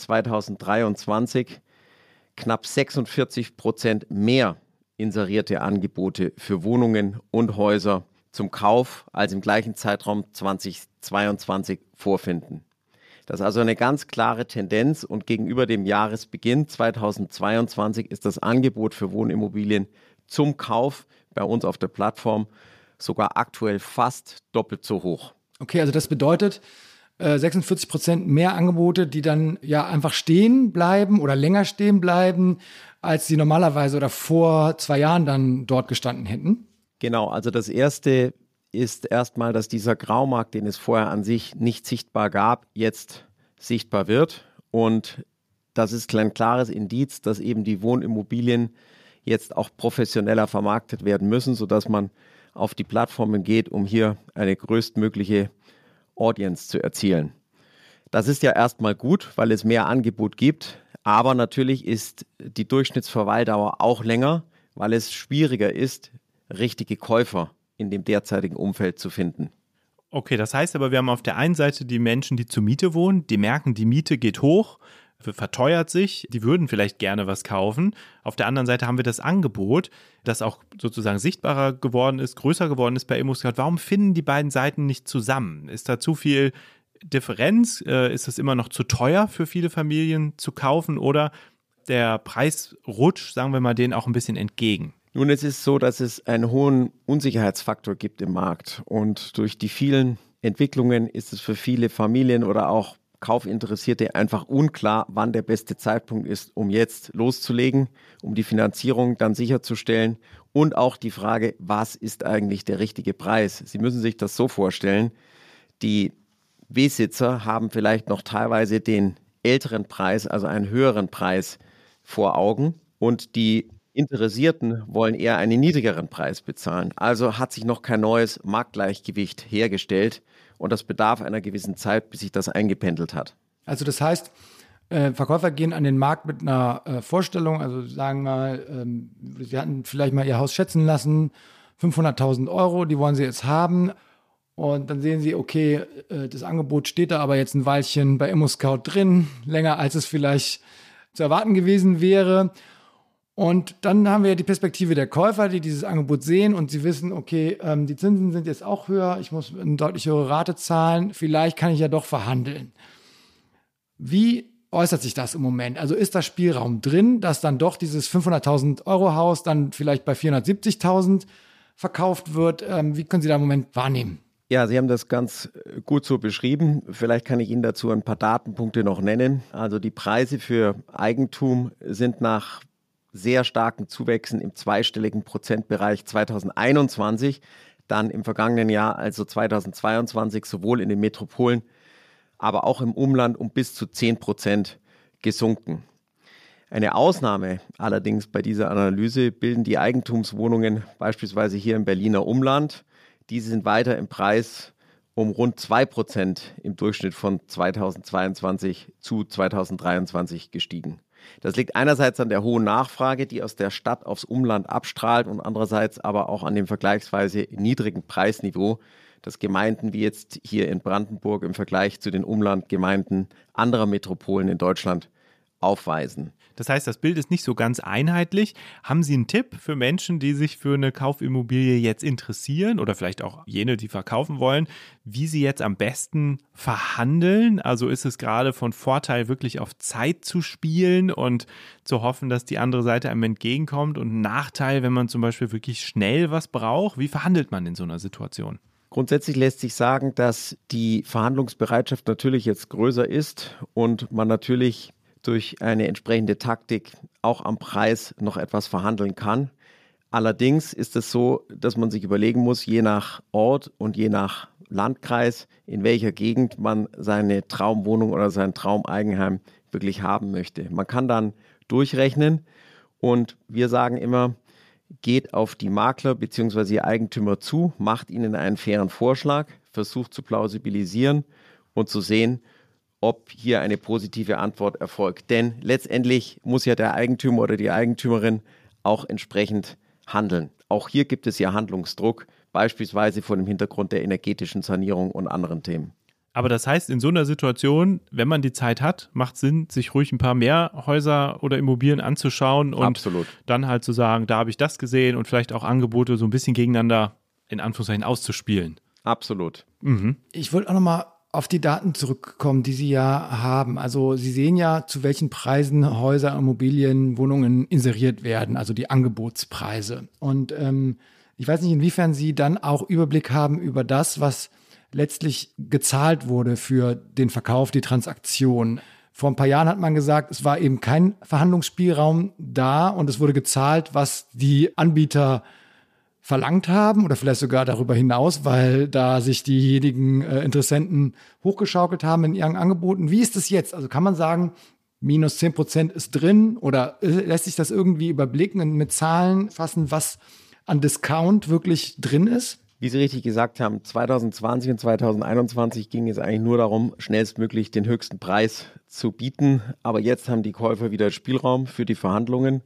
2023 knapp 46% mehr inserierte Angebote für Wohnungen und Häuser zum Kauf als im gleichen Zeitraum 2022 vorfinden. Das ist also eine ganz klare Tendenz und gegenüber dem Jahresbeginn 2022 ist das Angebot für Wohnimmobilien zum Kauf bei uns auf der Plattform sogar aktuell fast doppelt so hoch. Okay, also das bedeutet 46% mehr Angebote, die dann ja einfach stehen bleiben oder länger stehen bleiben, als sie normalerweise oder vor 2 Jahren dann dort gestanden hätten? Genau, also das Erste ist erstmal, dass dieser Graumarkt, den es vorher an sich nicht sichtbar gab, jetzt sichtbar wird. Und das ist ein klares Indiz, dass eben die Wohnimmobilien jetzt auch professioneller vermarktet werden müssen, sodass man auf die Plattformen geht, um hier eine größtmögliche Audience zu erzielen. Das ist ja erstmal gut, weil es mehr Angebot gibt, aber natürlich ist die Durchschnittsverweildauer auch länger, weil es schwieriger ist, richtige Käufer in dem derzeitigen Umfeld zu finden. Okay, das heißt aber, wir haben auf der einen Seite die Menschen, die zur Miete wohnen, die merken, die Miete geht hoch, verteuert sich, die würden vielleicht gerne was kaufen. Auf der anderen Seite haben wir das Angebot, das auch sozusagen sichtbarer geworden ist, größer geworden ist bei ImmoScout. Warum finden die beiden Seiten nicht zusammen? Ist da zu viel Differenz? Ist es immer noch zu teuer für viele Familien zu kaufen oder der Preis rutscht, sagen wir mal, denen auch ein bisschen entgegen? Nun, es ist so, dass es einen hohen Unsicherheitsfaktor gibt im Markt und durch die vielen Entwicklungen ist es für viele Familien oder auch Kaufinteressierte einfach unklar, wann der beste Zeitpunkt ist, um jetzt loszulegen, um die Finanzierung dann sicherzustellen und auch die Frage, was ist eigentlich der richtige Preis? Sie müssen sich das so vorstellen, die Besitzer haben vielleicht noch teilweise den älteren Preis, also einen höheren Preis vor Augen und die Interessierten wollen eher einen niedrigeren Preis bezahlen. Also hat sich noch kein neues Marktgleichgewicht hergestellt und das bedarf einer gewissen Zeit, bis sich das eingependelt hat. Also das heißt, Verkäufer gehen an den Markt mit einer Vorstellung, also sagen mal, sie hatten vielleicht mal ihr Haus schätzen lassen, 500.000 Euro, die wollen sie jetzt haben. Und dann sehen sie, okay, das Angebot steht da aber jetzt ein Weilchen bei ImmoScout drin, länger als es vielleicht zu erwarten gewesen wäre. Und dann haben wir ja die Perspektive der Käufer, die dieses Angebot sehen und sie wissen, okay, die Zinsen sind jetzt auch höher, ich muss eine deutlich höhere Rate zahlen, vielleicht kann ich ja doch verhandeln. Wie äußert sich das im Moment? Also ist da Spielraum drin, dass dann doch dieses 500.000 Euro Haus dann vielleicht bei 470.000 verkauft wird? Wie können Sie da im Moment wahrnehmen? Ja, Sie haben das ganz gut so beschrieben. Vielleicht kann ich Ihnen dazu ein paar Datenpunkte noch nennen. Also die Preise für Eigentum sind nach sehr starken Zuwächsen im zweistelligen Prozentbereich 2021, dann im vergangenen Jahr, also 2022, sowohl in den Metropolen, aber auch im Umland um bis zu 10% gesunken. Eine Ausnahme allerdings bei dieser Analyse bilden die Eigentumswohnungen beispielsweise hier im Berliner Umland. Diese sind weiter im Preis um rund 2% im Durchschnitt von 2022 zu 2023 gestiegen. Das liegt einerseits an der hohen Nachfrage, die aus der Stadt aufs Umland abstrahlt und andererseits aber auch an dem vergleichsweise niedrigen Preisniveau, das Gemeinden wie jetzt hier in Brandenburg im Vergleich zu den Umlandgemeinden anderer Metropolen in Deutschland aufweisen. Das heißt, das Bild ist nicht so ganz einheitlich. Haben Sie einen Tipp für Menschen, die sich für eine Kaufimmobilie jetzt interessieren oder vielleicht auch jene, die verkaufen wollen, wie sie jetzt am besten verhandeln? Also ist es gerade von Vorteil, wirklich auf Zeit zu spielen und zu hoffen, dass die andere Seite einem entgegenkommt und ein Nachteil, wenn man zum Beispiel wirklich schnell was braucht? Wie verhandelt man in so einer Situation? Grundsätzlich lässt sich sagen, dass die Verhandlungsbereitschaft natürlich jetzt größer ist und man natürlich durch eine entsprechende Taktik auch am Preis noch etwas verhandeln kann. Allerdings ist es so, dass man sich überlegen muss, je nach Ort und je nach Landkreis, in welcher Gegend man seine Traumwohnung oder sein Traumeigenheim wirklich haben möchte. Man kann dann durchrechnen und wir sagen immer, geht auf die Makler bzw. die Eigentümer zu, macht ihnen einen fairen Vorschlag, versucht zu plausibilisieren und zu sehen, ob hier eine positive Antwort erfolgt. Denn letztendlich muss ja der Eigentümer oder die Eigentümerin auch entsprechend handeln. Auch hier gibt es ja Handlungsdruck, beispielsweise vor dem Hintergrund der energetischen Sanierung und anderen Themen. Aber das heißt, in so einer Situation, wenn man die Zeit hat, macht es Sinn, sich ruhig ein paar mehr Häuser oder Immobilien anzuschauen und Absolut. Dann halt zu sagen, da habe ich das gesehen und vielleicht auch Angebote so ein bisschen gegeneinander in Anführungszeichen auszuspielen. Absolut. Mhm. Ich wollte auch nochmal auf die Daten zurückkommen, die Sie ja haben. Also Sie sehen ja, zu welchen Preisen Häuser, Immobilien, Wohnungen inseriert werden, also die Angebotspreise. Und ich weiß nicht, inwiefern Sie dann auch Überblick haben über das, was letztlich gezahlt wurde für den Verkauf, die Transaktion. Vor ein paar Jahren hat man gesagt, es war eben kein Verhandlungsspielraum da und es wurde gezahlt, was die Anbieter verlangt haben oder vielleicht sogar darüber hinaus, weil da sich diejenigen Interessenten hochgeschaukelt haben in ihren Angeboten. Wie ist es jetzt? Also kann man sagen, minus 10% ist drin oder lässt sich das irgendwie überblicken und mit Zahlen fassen, was an Discount wirklich drin ist? Wie Sie richtig gesagt haben, 2020 und 2021 ging es eigentlich nur darum, schnellstmöglich den höchsten Preis zu bieten. Aber jetzt haben die Käufer wieder Spielraum für die Verhandlungen.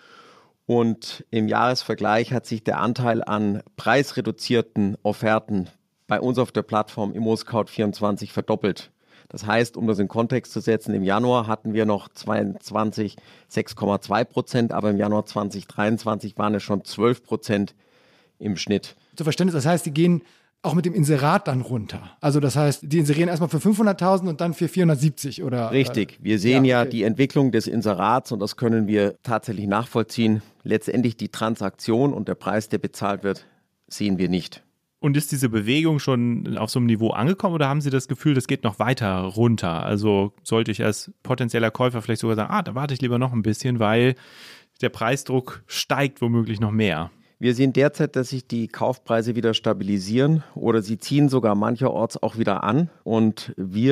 Und im Jahresvergleich hat sich der Anteil an preisreduzierten Offerten bei uns auf der Plattform ImmoScout24 verdoppelt. Das heißt, um das in Kontext zu setzen, im Januar hatten wir noch 22 6,2%, aber im Januar 2023 waren es schon 12% im Schnitt. Zu Verständnis, das heißt, die gehen auch mit dem Inserat dann runter. Also das heißt, die inserieren erstmal für 500.000 und dann für 470 oder? Richtig. Wir sehen die Entwicklung des Inserats und das können wir tatsächlich nachvollziehen. Letztendlich die Transaktion und der Preis, der bezahlt wird, sehen wir nicht. Und ist diese Bewegung schon auf so einem Niveau angekommen oder haben Sie das Gefühl, das geht noch weiter runter? Also sollte ich als potenzieller Käufer vielleicht sogar sagen, da warte ich lieber noch ein bisschen, weil der Preisdruck steigt womöglich noch mehr. Wir sehen derzeit, dass sich die Kaufpreise wieder stabilisieren oder sie ziehen sogar mancherorts auch wieder an. Und wir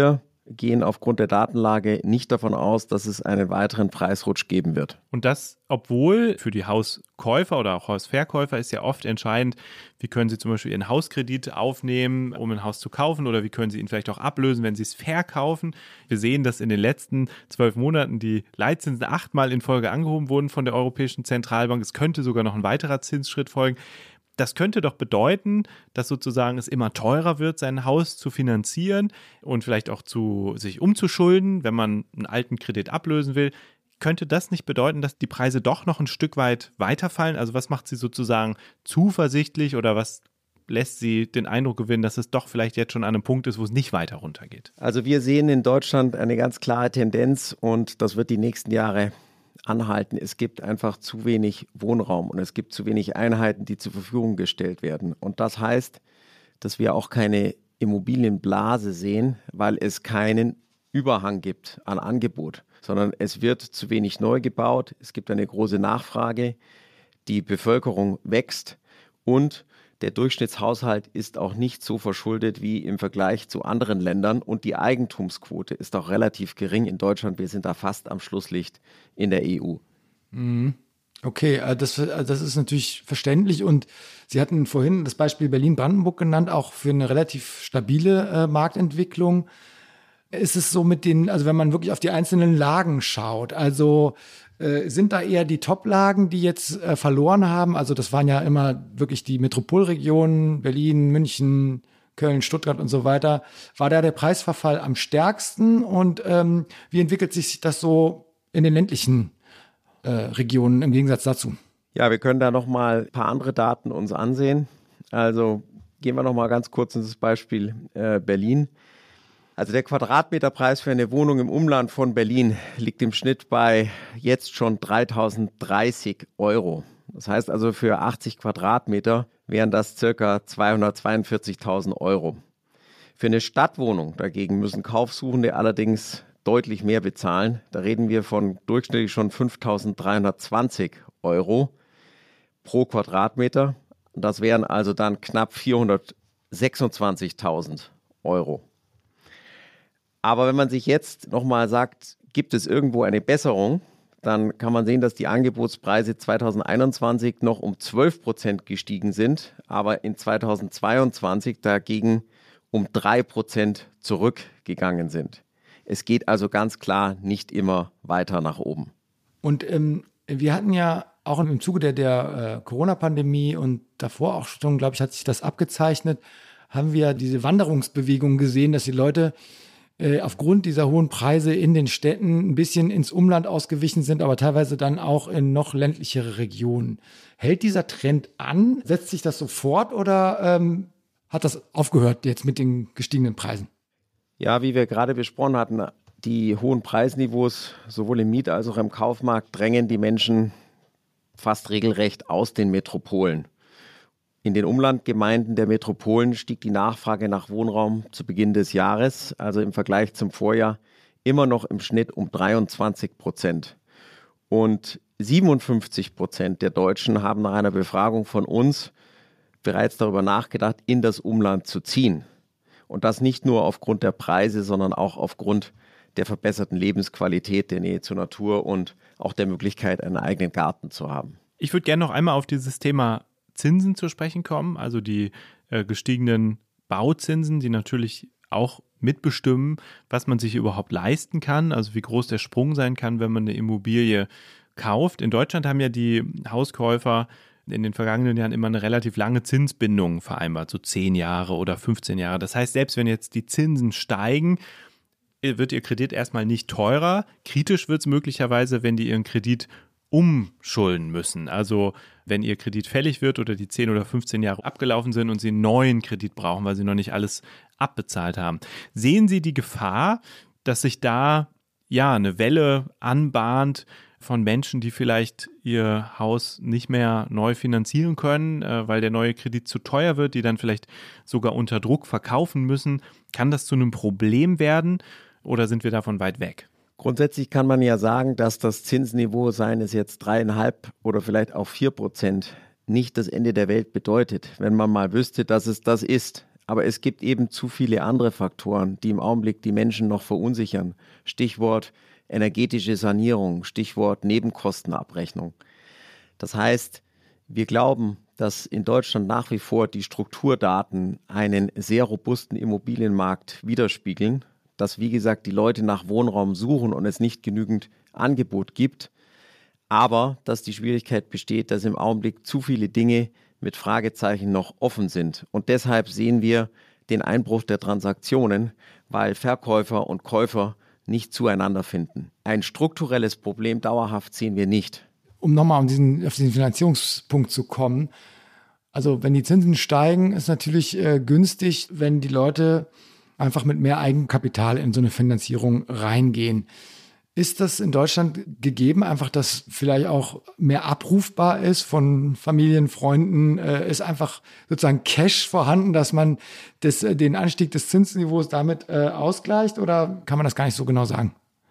gehen aufgrund der Datenlage nicht davon aus, dass es einen weiteren Preisrutsch geben wird. Und das, obwohl für die Hauskäufer oder auch Hausverkäufer ist ja oft entscheidend, wie können sie zum Beispiel ihren Hauskredit aufnehmen, um ein Haus zu kaufen, oder wie können sie ihn vielleicht auch ablösen, wenn sie es verkaufen. Wir sehen, dass in den letzten 12 Monaten die Leitzinsen 8-mal in Folge angehoben wurden von der Europäischen Zentralbank. Es könnte sogar noch ein weiterer Zinsschritt folgen. Das könnte doch bedeuten, dass sozusagen es immer teurer wird, sein Haus zu finanzieren und vielleicht auch sich umzuschulden, wenn man einen alten Kredit ablösen will. Könnte das nicht bedeuten, dass die Preise doch noch ein Stück weit weiterfallen? Also was macht sie sozusagen zuversichtlich oder was lässt sie den Eindruck gewinnen, dass es doch vielleicht jetzt schon an einem Punkt ist, wo es nicht weiter runtergeht? Also wir sehen in Deutschland eine ganz klare Tendenz und das wird die nächsten Jahre anhalten. Es gibt einfach zu wenig Wohnraum und es gibt zu wenig Einheiten, die zur Verfügung gestellt werden. Und das heißt, dass wir auch keine Immobilienblase sehen, weil es keinen Überhang gibt an Angebot, sondern es wird zu wenig neu gebaut. Es gibt eine große Nachfrage, die Bevölkerung wächst und der Durchschnittshaushalt ist auch nicht so verschuldet wie im Vergleich zu anderen Ländern und die Eigentumsquote ist auch relativ gering in Deutschland. Wir sind da fast am Schlusslicht in der EU. Okay, das ist natürlich verständlich und Sie hatten vorhin das Beispiel Berlin-Brandenburg genannt, auch für eine relativ stabile Marktentwicklung. Ist es so also wenn man wirklich auf die einzelnen Lagen schaut, also sind da eher die Top-Lagen, die jetzt verloren haben? Also das waren ja immer wirklich die Metropolregionen, Berlin, München, Köln, Stuttgart und so weiter. War da der Preisverfall am stärksten? Und wie entwickelt sich das so in den ländlichen Regionen im Gegensatz dazu? Ja, wir können da noch mal ein paar andere Daten uns ansehen. Also gehen wir noch mal ganz kurz in das Beispiel Berlin. Also der Quadratmeterpreis für eine Wohnung im Umland von Berlin liegt im Schnitt bei jetzt schon 3.030 €. Das heißt also für 80 Quadratmeter wären das ca. 242.000 €. Für eine Stadtwohnung dagegen müssen Kaufsuchende allerdings deutlich mehr bezahlen. Da reden wir von durchschnittlich schon 5.320 € pro Quadratmeter. Das wären also dann knapp 426.000 €. Aber wenn man sich jetzt nochmal sagt, gibt es irgendwo eine Besserung, dann kann man sehen, dass die Angebotspreise 2021 noch um 12% gestiegen sind, aber in 2022 dagegen um 3% zurückgegangen sind. Es geht also ganz klar nicht immer weiter nach oben. Und wir hatten ja auch im Zuge der Corona-Pandemie und davor auch schon, glaube ich, hat sich das abgezeichnet, haben wir diese Wanderungsbewegung gesehen, dass die Leute aufgrund dieser hohen Preise in den Städten ein bisschen ins Umland ausgewichen sind, aber teilweise dann auch in noch ländlichere Regionen. Hält dieser Trend an? Setzt sich das so fort oder hat das aufgehört jetzt mit den gestiegenen Preisen? Ja, wie wir gerade besprochen hatten, die hohen Preisniveaus sowohl im Miet- als auch im Kaufmarkt drängen die Menschen fast regelrecht aus den Metropolen. In den Umlandgemeinden der Metropolen stieg die Nachfrage nach Wohnraum zu Beginn des Jahres, also im Vergleich zum Vorjahr, immer noch im Schnitt um 23%. Und 57% der Deutschen haben nach einer Befragung von uns bereits darüber nachgedacht, in das Umland zu ziehen. Und das nicht nur aufgrund der Preise, sondern auch aufgrund der verbesserten Lebensqualität, der Nähe zur Natur und auch der Möglichkeit, einen eigenen Garten zu haben. Ich würde gerne noch einmal auf dieses Thema Zinsen zu sprechen kommen, also die gestiegenen Bauzinsen, die natürlich auch mitbestimmen, was man sich überhaupt leisten kann, also wie groß der Sprung sein kann, wenn man eine Immobilie kauft. In Deutschland haben ja die Hauskäufer in den vergangenen Jahren immer eine relativ lange Zinsbindung vereinbart, so 10 Jahre oder 15 Jahre. Das heißt, selbst wenn jetzt die Zinsen steigen, wird ihr Kredit erstmal nicht teurer. Kritisch wird es möglicherweise, wenn die ihren Kredit umschulden müssen. Also wenn ihr Kredit fällig wird oder die 10 oder 15 Jahre abgelaufen sind und sie einen neuen Kredit brauchen, weil sie noch nicht alles abbezahlt haben. Sehen Sie die Gefahr, dass sich da eine Welle anbahnt von Menschen, die vielleicht ihr Haus nicht mehr neu finanzieren können, weil der neue Kredit zu teuer wird, die dann vielleicht sogar unter Druck verkaufen müssen? Kann das zu einem Problem werden oder sind wir davon weit weg? Grundsätzlich kann man ja sagen, dass das Zinsniveau, seien es jetzt 3,5 oder vielleicht auch 4%, nicht das Ende der Welt bedeutet, wenn man mal wüsste, dass es das ist. Aber es gibt eben zu viele andere Faktoren, die im Augenblick die Menschen noch verunsichern. Stichwort energetische Sanierung, Stichwort Nebenkostenabrechnung. Das heißt, wir glauben, dass in Deutschland nach wie vor die Strukturdaten einen sehr robusten Immobilienmarkt widerspiegeln, dass, wie gesagt, die Leute nach Wohnraum suchen und es nicht genügend Angebot gibt, aber dass die Schwierigkeit besteht, dass im Augenblick zu viele Dinge mit Fragezeichen noch offen sind. Und deshalb sehen wir den Einbruch der Transaktionen, weil Verkäufer und Käufer nicht zueinander finden. Ein strukturelles Problem dauerhaft sehen wir nicht. Um nochmal auf diesen Finanzierungspunkt zu kommen, also wenn die Zinsen steigen, ist natürlich günstig, wenn die Leute einfach mit mehr Eigenkapital in so eine Finanzierung reingehen. Ist das in Deutschland gegeben, einfach, dass vielleicht auch mehr abrufbar ist von Familien, Freunden? Ist einfach sozusagen Cash vorhanden, dass man den Anstieg des Zinsniveaus damit ausgleicht? Oder kann man das gar nicht so genau sagen?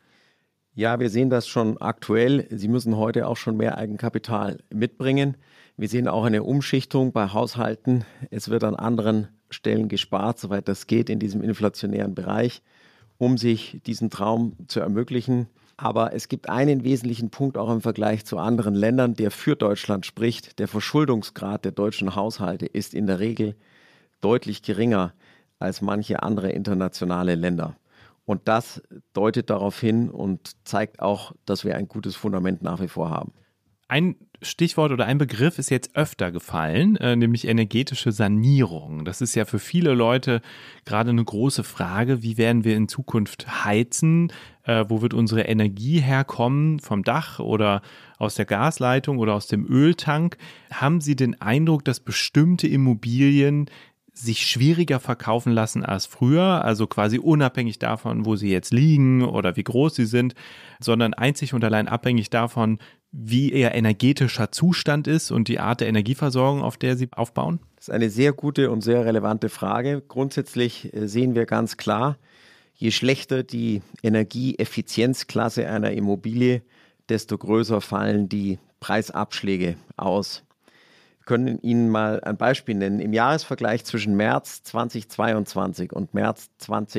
Ja, wir sehen das schon aktuell. Sie müssen heute auch schon mehr Eigenkapital mitbringen. Wir sehen auch eine Umschichtung bei Haushalten. Es wird an anderen Stellen gespart, soweit das geht, in diesem inflationären Bereich, um sich diesen Traum zu ermöglichen. Aber es gibt einen wesentlichen Punkt auch im Vergleich zu anderen Ländern, der für Deutschland spricht. Der Verschuldungsgrad der deutschen Haushalte ist in der Regel deutlich geringer als manche andere internationale Länder. Und das deutet darauf hin und zeigt auch, dass wir ein gutes Fundament nach wie vor haben. Ein Stichwort oder ein Begriff ist jetzt öfter gefallen, nämlich energetische Sanierung. Das ist ja für viele Leute gerade eine große Frage. Wie werden wir in Zukunft heizen? Wo wird unsere Energie herkommen? Vom Dach oder aus der Gasleitung oder aus dem Öltank? Haben Sie den Eindruck, dass bestimmte Immobilien sich schwieriger verkaufen lassen als früher, also quasi unabhängig davon, wo sie jetzt liegen oder wie groß sie sind, sondern einzig und allein abhängig davon, wie ihr energetischer Zustand ist und die Art der Energieversorgung, auf der sie aufbauen? Das ist eine sehr gute und sehr relevante Frage. Grundsätzlich sehen wir ganz klar, je schlechter die Energieeffizienzklasse einer Immobilie, desto größer fallen die Preisabschläge aus. Wir können Ihnen mal ein Beispiel nennen. Im Jahresvergleich zwischen März 2022 und März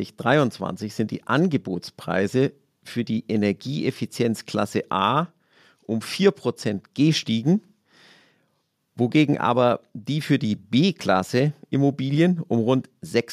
2023 sind die Angebotspreise für die Energieeffizienzklasse A um 4% gestiegen, wogegen aber die für die B-Klasse Immobilien um rund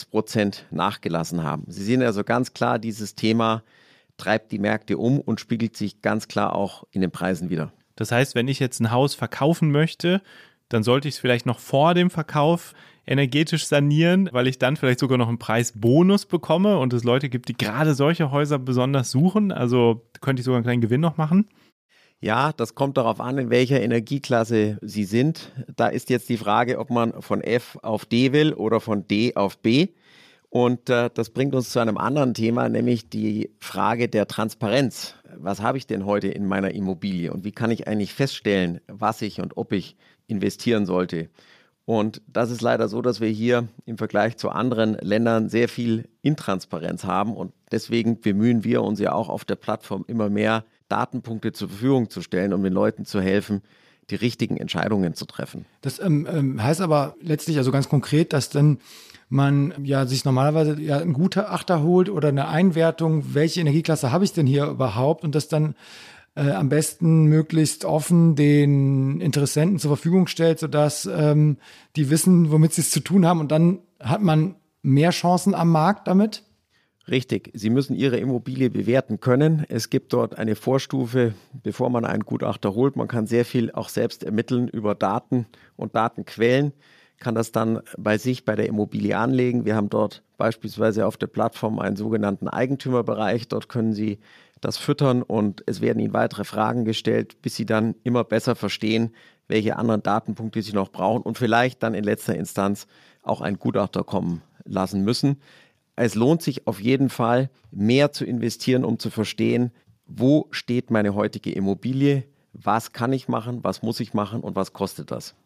6% nachgelassen haben. Sie sehen also ganz klar, dieses Thema treibt die Märkte um und spiegelt sich ganz klar auch in den Preisen wider. Das heißt, wenn ich jetzt ein Haus verkaufen möchte, dann sollte ich es vielleicht noch vor dem Verkauf energetisch sanieren, weil ich dann vielleicht sogar noch einen Preisbonus bekomme und es Leute gibt, die gerade solche Häuser besonders suchen. Also könnte ich sogar einen kleinen Gewinn noch machen? Ja, das kommt darauf an, in welcher Energieklasse Sie sind. Da ist jetzt die Frage, ob man von F auf D will oder von D auf B. Und das bringt uns zu einem anderen Thema, nämlich die Frage der Transparenz. Was habe ich denn heute in meiner Immobilie und wie kann ich eigentlich feststellen, was ich und ob ich investieren sollte? Und das ist leider so, dass wir hier im Vergleich zu anderen Ländern sehr viel Intransparenz haben und deswegen bemühen wir uns ja auch auf der Plattform immer mehr Datenpunkte zur Verfügung zu stellen, um den Leuten zu helfen, die richtigen Entscheidungen zu treffen. Das heißt aber letztlich also ganz konkret, dass dann man ja sich normalerweise ja einen Gutachter holt oder eine Einwertung, welche Energieklasse habe ich denn hier überhaupt und das dann am besten möglichst offen den Interessenten zur Verfügung stellt, sodass die wissen, womit sie es zu tun haben und dann hat man mehr Chancen am Markt damit? Richtig, Sie müssen Ihre Immobilie bewerten können. Es gibt dort eine Vorstufe, bevor man einen Gutachter holt. Man kann sehr viel auch selbst ermitteln über Daten und Datenquellen, kann das dann bei sich bei der Immobilie anlegen. Wir haben dort beispielsweise auf der Plattform einen sogenannten Eigentümerbereich. Dort können Sie das füttern und es werden Ihnen weitere Fragen gestellt, bis Sie dann immer besser verstehen, welche anderen Datenpunkte Sie noch brauchen und vielleicht dann in letzter Instanz auch einen Gutachter kommen lassen müssen. Es lohnt sich auf jeden Fall, mehr zu investieren, um zu verstehen, wo steht meine heutige Immobilie, was kann ich machen, was muss ich machen und was kostet das.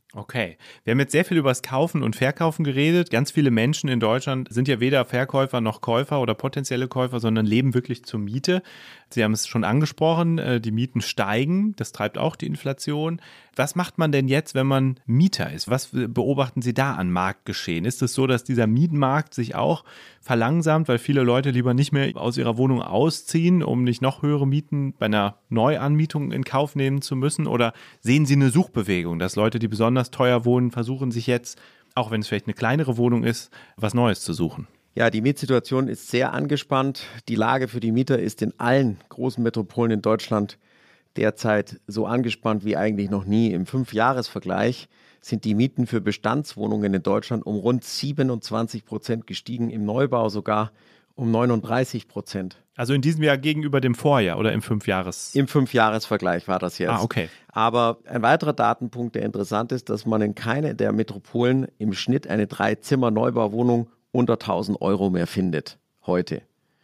Okay, wir haben jetzt sehr viel über das Kaufen und Verkaufen geredet. Ganz viele Menschen in Deutschland sind ja weder Verkäufer noch Käufer oder potenzielle Käufer, sondern leben wirklich zur Miete. Sie haben es schon angesprochen, die Mieten steigen, das treibt auch die Inflation. Was macht man denn jetzt, wenn man Mieter ist? Was beobachten Sie da an Marktgeschehen? Ist es so, dass dieser Mietmarkt sich auch verlangsamt, weil viele Leute lieber nicht mehr aus ihrer Wohnung ausziehen, um nicht noch höhere Mieten bei einer Neuanmietung in Kauf nehmen zu müssen? Oder sehen Sie eine Suchbewegung, dass Leute, die besonders teuer wohnen, versuchen sich jetzt, auch wenn es vielleicht eine kleinere Wohnung ist, was Neues zu suchen? Ja, die Mietsituation ist sehr angespannt. Die Lage für die Mieter ist in allen großen Metropolen in Deutschland derzeit so angespannt wie eigentlich noch nie. Im 5-Jahres-Vergleich sind die Mieten für Bestandswohnungen in Deutschland um rund 27% gestiegen, im Neubau sogar um 39%. Also in diesem Jahr gegenüber dem Vorjahr oder im 5-Jahres? Im 5-Jahres-Vergleich war das jetzt. Okay. Aber ein weiterer Datenpunkt, der interessant ist, dass man in keiner der Metropolen im Schnitt eine 3-Zimmer-Neubauwohnung unter 1.000 Euro mehr findet heute.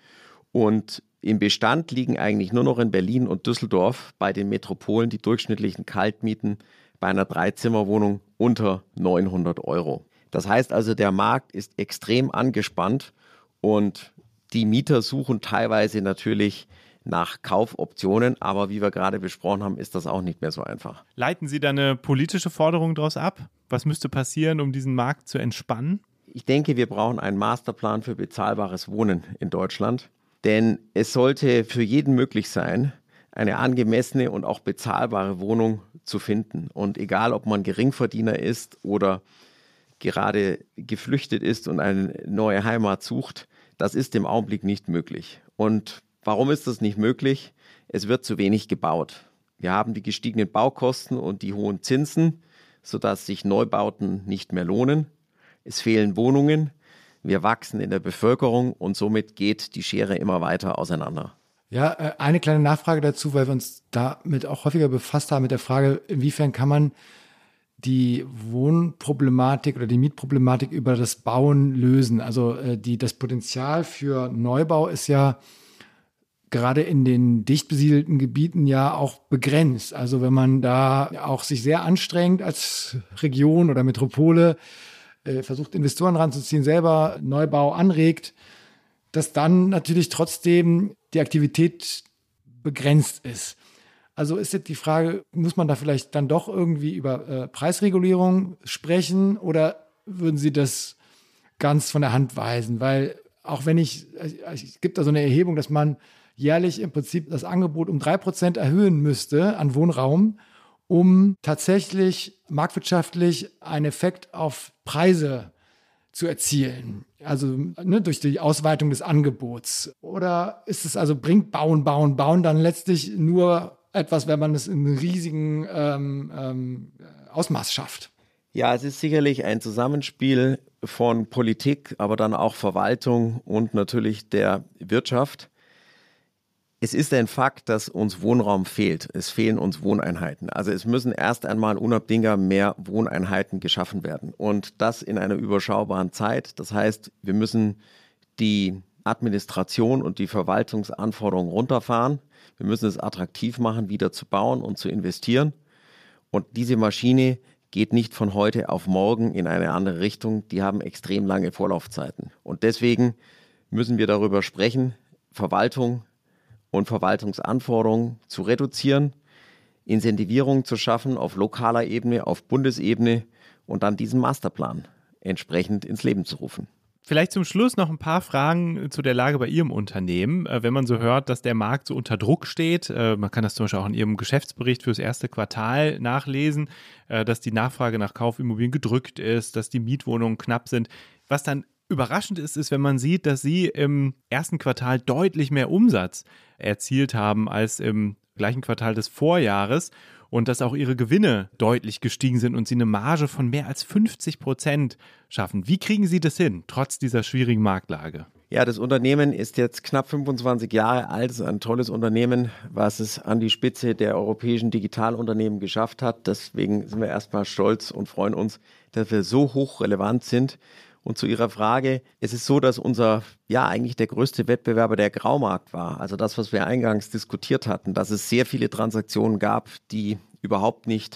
Und im Bestand liegen eigentlich nur noch in Berlin und Düsseldorf bei den Metropolen die durchschnittlichen Kaltmieten bei einer 3-Zimmer-Wohnung unter 900 Euro. Das heißt also, der Markt ist extrem angespannt und die Mieter suchen teilweise natürlich nach Kaufoptionen, aber wie wir gerade besprochen haben, ist das auch nicht mehr so einfach. Leiten Sie da eine politische Forderung daraus ab? Was müsste passieren, um diesen Markt zu entspannen? Ich denke, wir brauchen einen Masterplan für bezahlbares Wohnen in Deutschland, denn es sollte für jeden möglich sein, eine angemessene und auch bezahlbare Wohnung zu finden. Und egal, ob man Geringverdiener ist oder gerade geflüchtet ist und eine neue Heimat sucht, das ist im Augenblick nicht möglich. Und warum ist das nicht möglich? Es wird zu wenig gebaut. Wir haben die gestiegenen Baukosten und die hohen Zinsen, sodass sich Neubauten nicht mehr lohnen. Es fehlen Wohnungen, wir wachsen in der Bevölkerung und somit geht die Schere immer weiter auseinander. Ja, eine kleine Nachfrage dazu, weil wir uns damit auch häufiger befasst haben, mit der Frage, inwiefern kann man die Wohnproblematik oder die Mietproblematik über das Bauen lösen. Also das Potenzial für Neubau ist ja gerade in den dicht besiedelten Gebieten ja auch begrenzt. Also wenn man da auch sich sehr anstrengt als Region oder Metropole, versucht Investoren ranzuziehen, selber Neubau anregt, dass dann natürlich trotzdem die Aktivität begrenzt ist. Also ist jetzt die Frage, muss man da vielleicht dann doch irgendwie über Preisregulierung sprechen oder würden Sie das ganz von der Hand weisen? Weil auch wenn es gibt da so eine Erhebung, dass man jährlich im Prinzip das Angebot um 3% erhöhen müsste an Wohnraum, um tatsächlich marktwirtschaftlich einen Effekt auf Preise zu erzielen. Also durch die Ausweitung des Angebots. Oder ist es also, bringt Bauen dann letztlich nur etwas, wenn man es in einem riesigen Ausmaß schafft? Ja, es ist sicherlich ein Zusammenspiel von Politik, aber dann auch Verwaltung und natürlich der Wirtschaft. Es ist ein Fakt, dass uns Wohnraum fehlt. Es fehlen uns Wohneinheiten. Also es müssen erst einmal unabdingbar mehr Wohneinheiten geschaffen werden. Und das in einer überschaubaren Zeit. Das heißt, wir müssen die Administration und die Verwaltungsanforderungen runterfahren. Wir müssen es attraktiv machen, wieder zu bauen und zu investieren. Und diese Maschine geht nicht von heute auf morgen in eine andere Richtung. Die haben extrem lange Vorlaufzeiten. Und deswegen müssen wir darüber sprechen, Verwaltung und Verwaltungsanforderungen zu reduzieren, Incentivierung zu schaffen auf lokaler Ebene, auf Bundesebene und dann diesen Masterplan entsprechend ins Leben zu rufen. Vielleicht zum Schluss noch ein paar Fragen zu der Lage bei Ihrem Unternehmen. Wenn man so hört, dass der Markt so unter Druck steht, man kann das zum Beispiel auch in Ihrem Geschäftsbericht fürs erste Quartal nachlesen, dass die Nachfrage nach Kaufimmobilien gedrückt ist, dass die Mietwohnungen knapp sind. Was dann überraschend ist, wenn man sieht, dass Sie im ersten Quartal deutlich mehr Umsatz erzielt haben als im gleichen Quartal des Vorjahres und dass auch Ihre Gewinne deutlich gestiegen sind und Sie eine Marge von mehr als 50% schaffen. Wie kriegen Sie das hin, trotz dieser schwierigen Marktlage? Ja, das Unternehmen ist jetzt knapp 25 Jahre alt. Es ist ein tolles Unternehmen, was es an die Spitze der europäischen Digitalunternehmen geschafft hat. Deswegen sind wir erstmal stolz und freuen uns, dass wir so hochrelevant sind. Und zu Ihrer Frage, es ist so, dass eigentlich der größte Wettbewerber der Graumarkt war. Also das, was wir eingangs diskutiert hatten, dass es sehr viele Transaktionen gab, die überhaupt nicht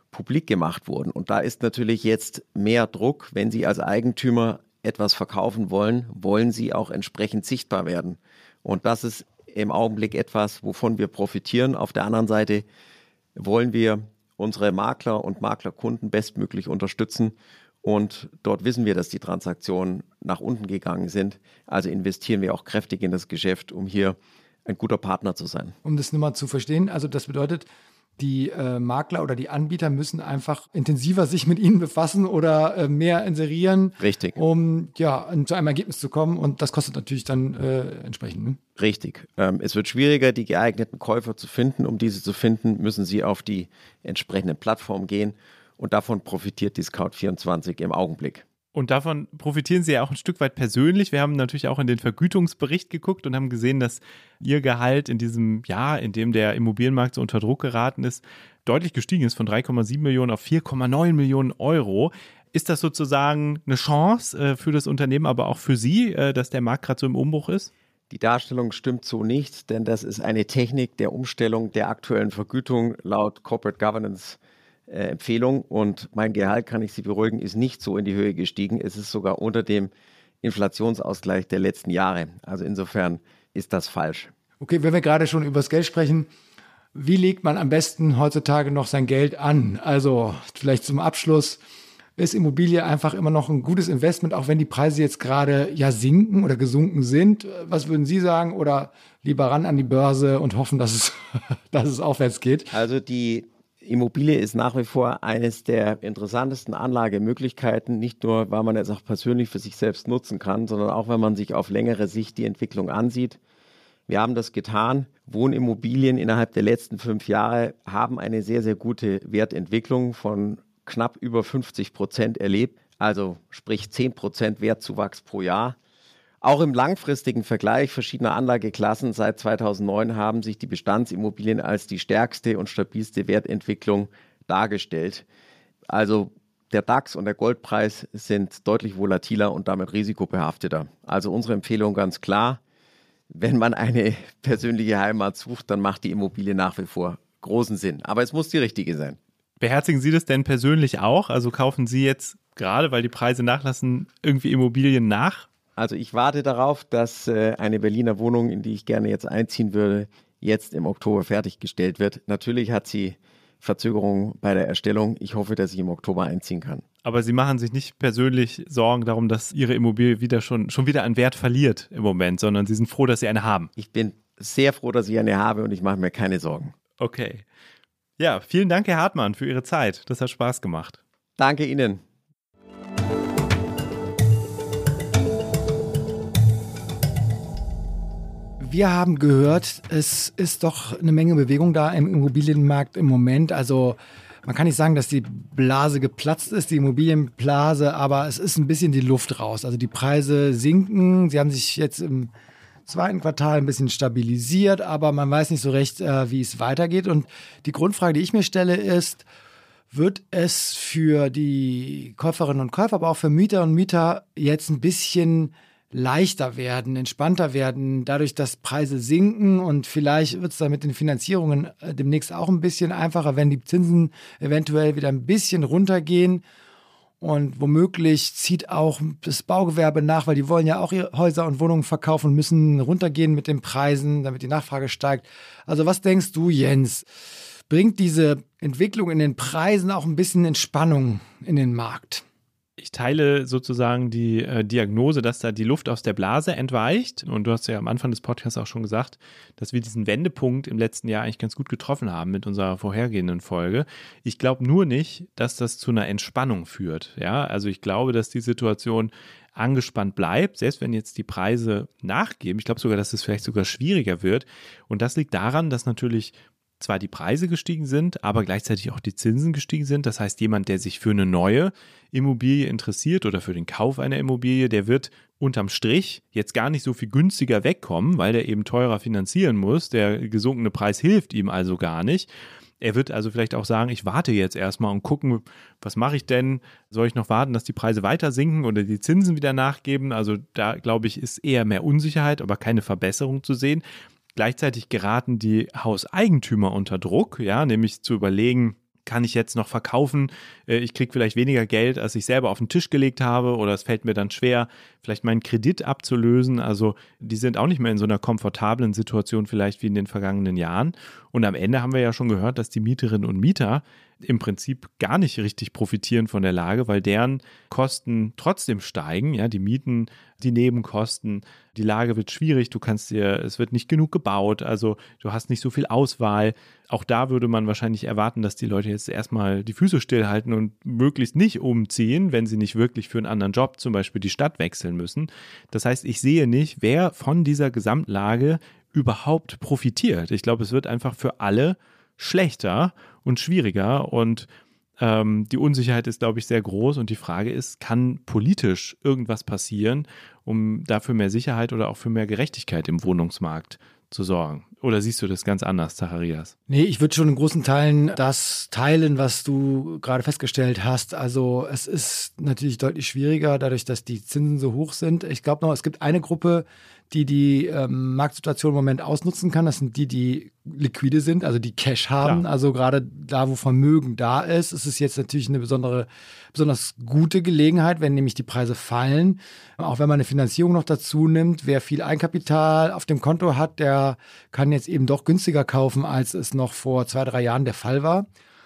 publik gemacht wurden. Und da ist natürlich jetzt mehr Druck. Wenn Sie als Eigentümer etwas verkaufen wollen, wollen Sie auch entsprechend sichtbar werden. Und das ist im Augenblick etwas, wovon wir profitieren. Auf der anderen Seite wollen wir unsere Makler und Maklerkunden bestmöglich unterstützen. Und dort wissen wir, dass die Transaktionen nach unten gegangen sind. Also investieren wir auch kräftig in das Geschäft, um hier ein guter Partner zu sein. Um das nur mal zu verstehen, also das bedeutet, die Makler oder die Anbieter müssen einfach intensiver sich mit ihnen befassen oder mehr inserieren, Richtig. Um zu einem Ergebnis zu kommen. Und das kostet natürlich dann entsprechend. Ne? Richtig. Es wird schwieriger, die geeigneten Käufer zu finden. Um diese zu finden, müssen sie auf die entsprechenden Plattformen gehen. Und davon profitiert die Scout24 im Augenblick. Und davon profitieren Sie ja auch ein Stück weit persönlich. Wir haben natürlich auch in den Vergütungsbericht geguckt und haben gesehen, dass Ihr Gehalt in diesem Jahr, in dem der Immobilienmarkt so unter Druck geraten ist, deutlich gestiegen ist von 3,7 Millionen auf 4,9 Millionen Euro. Ist das sozusagen eine Chance für das Unternehmen, aber auch für Sie, dass der Markt gerade so im Umbruch ist? Die Darstellung stimmt so nicht, denn das ist eine Technik der Umstellung der aktuellen Vergütung laut Corporate Governance Empfehlung, und mein Gehalt, kann ich Sie beruhigen, ist nicht so in die Höhe gestiegen. Es ist sogar unter dem Inflationsausgleich der letzten Jahre. Also insofern ist das falsch. Okay, wenn wir gerade schon über das Geld sprechen, wie legt man am besten heutzutage noch sein Geld an? Also vielleicht zum Abschluss, ist Immobilie einfach immer noch ein gutes Investment, auch wenn die Preise jetzt gerade sinken oder gesunken sind? Was würden Sie sagen? Oder lieber ran an die Börse und hoffen, dass es aufwärts geht? Also die Immobilie ist nach wie vor eines der interessantesten Anlagemöglichkeiten, nicht nur, weil man es auch persönlich für sich selbst nutzen kann, sondern auch, wenn man sich auf längere Sicht die Entwicklung ansieht. Wir haben das getan. Wohnimmobilien innerhalb der letzten 5 Jahre haben eine sehr, sehr gute Wertentwicklung von knapp über 50% erlebt, also sprich 10% Wertzuwachs pro Jahr. Auch im langfristigen Vergleich verschiedener Anlageklassen seit 2009 haben sich die Bestandsimmobilien als die stärkste und stabilste Wertentwicklung dargestellt. Also der DAX und der Goldpreis sind deutlich volatiler und damit risikobehafteter. Also unsere Empfehlung ganz klar, wenn man eine persönliche Heimat sucht, dann macht die Immobilie nach wie vor großen Sinn. Aber es muss die richtige sein. Beherzigen Sie das denn persönlich auch? Also kaufen Sie jetzt gerade, weil die Preise nachlassen, irgendwie Immobilien nach? Also ich warte darauf, dass eine Berliner Wohnung, in die ich gerne jetzt einziehen würde, jetzt im Oktober fertiggestellt wird. Natürlich hat sie Verzögerungen bei der Erstellung. Ich hoffe, dass ich im Oktober einziehen kann. Aber Sie machen sich nicht persönlich Sorgen darum, dass Ihre Immobilie schon wieder an Wert verliert im Moment, sondern Sie sind froh, dass Sie eine haben. Ich bin sehr froh, dass ich eine habe, und ich mache mir keine Sorgen. Okay. Ja, vielen Dank, Herr Hartmann, für Ihre Zeit. Das hat Spaß gemacht. Danke Ihnen. Wir haben gehört, es ist doch eine Menge Bewegung da im Immobilienmarkt im Moment. Also man kann nicht sagen, dass die Blase geplatzt ist, die Immobilienblase, aber es ist ein bisschen die Luft raus. Also die Preise sinken. Sie haben sich jetzt im 2. Quartal ein bisschen stabilisiert, aber man weiß nicht so recht, wie es weitergeht. Und die Grundfrage, die ich mir stelle, ist, wird es für die Käuferinnen und Käufer, aber auch für Mieter und Mieter jetzt ein bisschen leichter werden, entspannter werden, dadurch, dass Preise sinken, und vielleicht wird es dann mit den Finanzierungen demnächst auch ein bisschen einfacher, wenn die Zinsen eventuell wieder ein bisschen runtergehen, und womöglich zieht auch das Baugewerbe nach, weil die wollen ja auch ihre Häuser und Wohnungen verkaufen und müssen runtergehen mit den Preisen, damit die Nachfrage steigt. Also was denkst du, Jens? Bringt diese Entwicklung in den Preisen auch ein bisschen Entspannung in den Markt? Ich teile sozusagen die Diagnose, dass da die Luft aus der Blase entweicht. Und du hast ja am Anfang des Podcasts auch schon gesagt, dass wir diesen Wendepunkt im letzten Jahr eigentlich ganz gut getroffen haben mit unserer vorhergehenden Folge. Ich glaube nur nicht, dass das zu einer Entspannung führt. Ja, also ich glaube, dass die Situation angespannt bleibt, selbst wenn jetzt die Preise nachgeben. Ich glaube sogar, dass es vielleicht sogar schwieriger wird. Und das liegt daran, dass natürlich zwar die Preise gestiegen sind, aber gleichzeitig auch die Zinsen gestiegen sind. Das heißt, jemand, der sich für eine neue Immobilie interessiert oder für den Kauf einer Immobilie, der wird unterm Strich jetzt gar nicht so viel günstiger wegkommen, weil der eben teurer finanzieren muss. Der gesunkene Preis hilft ihm also gar nicht. Er wird also vielleicht auch sagen, ich warte jetzt erstmal und gucken, was mache ich denn? Soll ich noch warten, dass die Preise weiter sinken oder die Zinsen wieder nachgeben? Also da, glaube ich, ist eher mehr Unsicherheit, aber keine Verbesserung zu sehen. Gleichzeitig geraten die Hauseigentümer unter Druck, ja, nämlich zu überlegen, kann ich jetzt noch verkaufen? Ich kriege vielleicht weniger Geld, als ich selber auf den Tisch gelegt habe, oder es fällt mir dann schwer, vielleicht meinen Kredit abzulösen. Also die sind auch nicht mehr in so einer komfortablen Situation vielleicht wie in den vergangenen Jahren. Und am Ende haben wir ja schon gehört, dass die Mieterinnen und Mieter im Prinzip gar nicht richtig profitieren von der Lage, weil deren Kosten trotzdem steigen. Ja, die Mieten, die Nebenkosten, die Lage wird schwierig, es wird nicht genug gebaut, also du hast nicht so viel Auswahl. Auch da würde man wahrscheinlich erwarten, dass die Leute jetzt erstmal die Füße stillhalten und möglichst nicht umziehen, wenn sie nicht wirklich für einen anderen Job zum Beispiel die Stadt wechseln müssen. Das heißt, ich sehe nicht, wer von dieser Gesamtlage überhaupt profitiert. Ich glaube, es wird einfach für alle schlechter und schwieriger und die Unsicherheit ist, glaube ich, sehr groß und die Frage ist, kann politisch irgendwas passieren, um dafür mehr Sicherheit oder auch für mehr Gerechtigkeit im Wohnungsmarkt zu sorgen? Oder siehst du das ganz anders, Zacharias? Nee, ich würde schon in großen Teilen das teilen, was du gerade festgestellt hast. Also es ist natürlich deutlich schwieriger, dadurch, dass die Zinsen so hoch sind. Ich glaube noch, es gibt eine Gruppe, die Marktsituation im Moment ausnutzen kann. Das sind die liquide sind, also die Cash haben. Klar. Also gerade da, wo Vermögen da ist, ist es jetzt natürlich eine besonders gute Gelegenheit, wenn nämlich die Preise fallen. Auch wenn man eine Finanzierung noch dazu nimmt, wer viel Eigenkapital auf dem Konto hat, der kann jetzt eben doch günstiger kaufen, als es noch vor 2-3 Jahren der Fall war.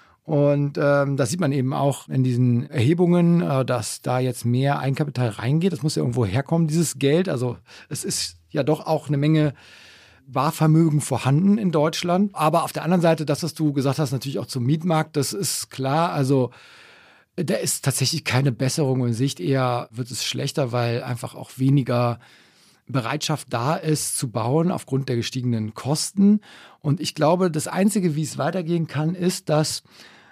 Und das sieht man eben auch in diesen Erhebungen, dass da jetzt mehr Eigenkapital reingeht. Das muss ja irgendwo herkommen, dieses Geld. Also es ist ja doch auch eine Menge Barvermögen vorhanden in Deutschland. Aber auf der anderen Seite, das, was du gesagt hast, natürlich auch zum Mietmarkt, das ist klar. Also da ist tatsächlich keine Besserung in Sicht. Eher wird es schlechter, weil einfach auch weniger Bereitschaft da ist, zu bauen aufgrund der gestiegenen Kosten. Und ich glaube, das Einzige, wie es weitergehen kann, ist, dass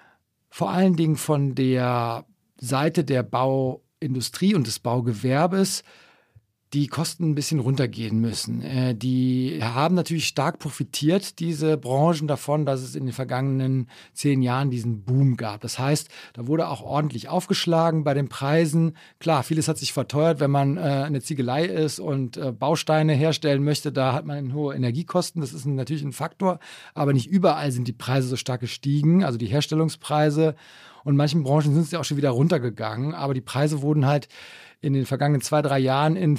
vor allen Dingen von der Seite der Bauindustrie und des Baugewerbes die Kosten ein bisschen runtergehen müssen. Die haben natürlich stark profitiert, diese Branchen, davon, dass es in den vergangenen 10 Jahren diesen Boom gab. Das heißt, da wurde auch ordentlich aufgeschlagen bei den Preisen. Klar, vieles hat sich verteuert, wenn man eine Ziegelei ist und Bausteine herstellen möchte. Da hat man hohe Energiekosten. Das ist natürlich ein Faktor. Aber nicht überall sind die Preise so stark gestiegen, also die Herstellungspreise. Und in manchen Branchen sind sie auch schon wieder runtergegangen. Aber die Preise wurden halt in den vergangenen 2-3 Jahren in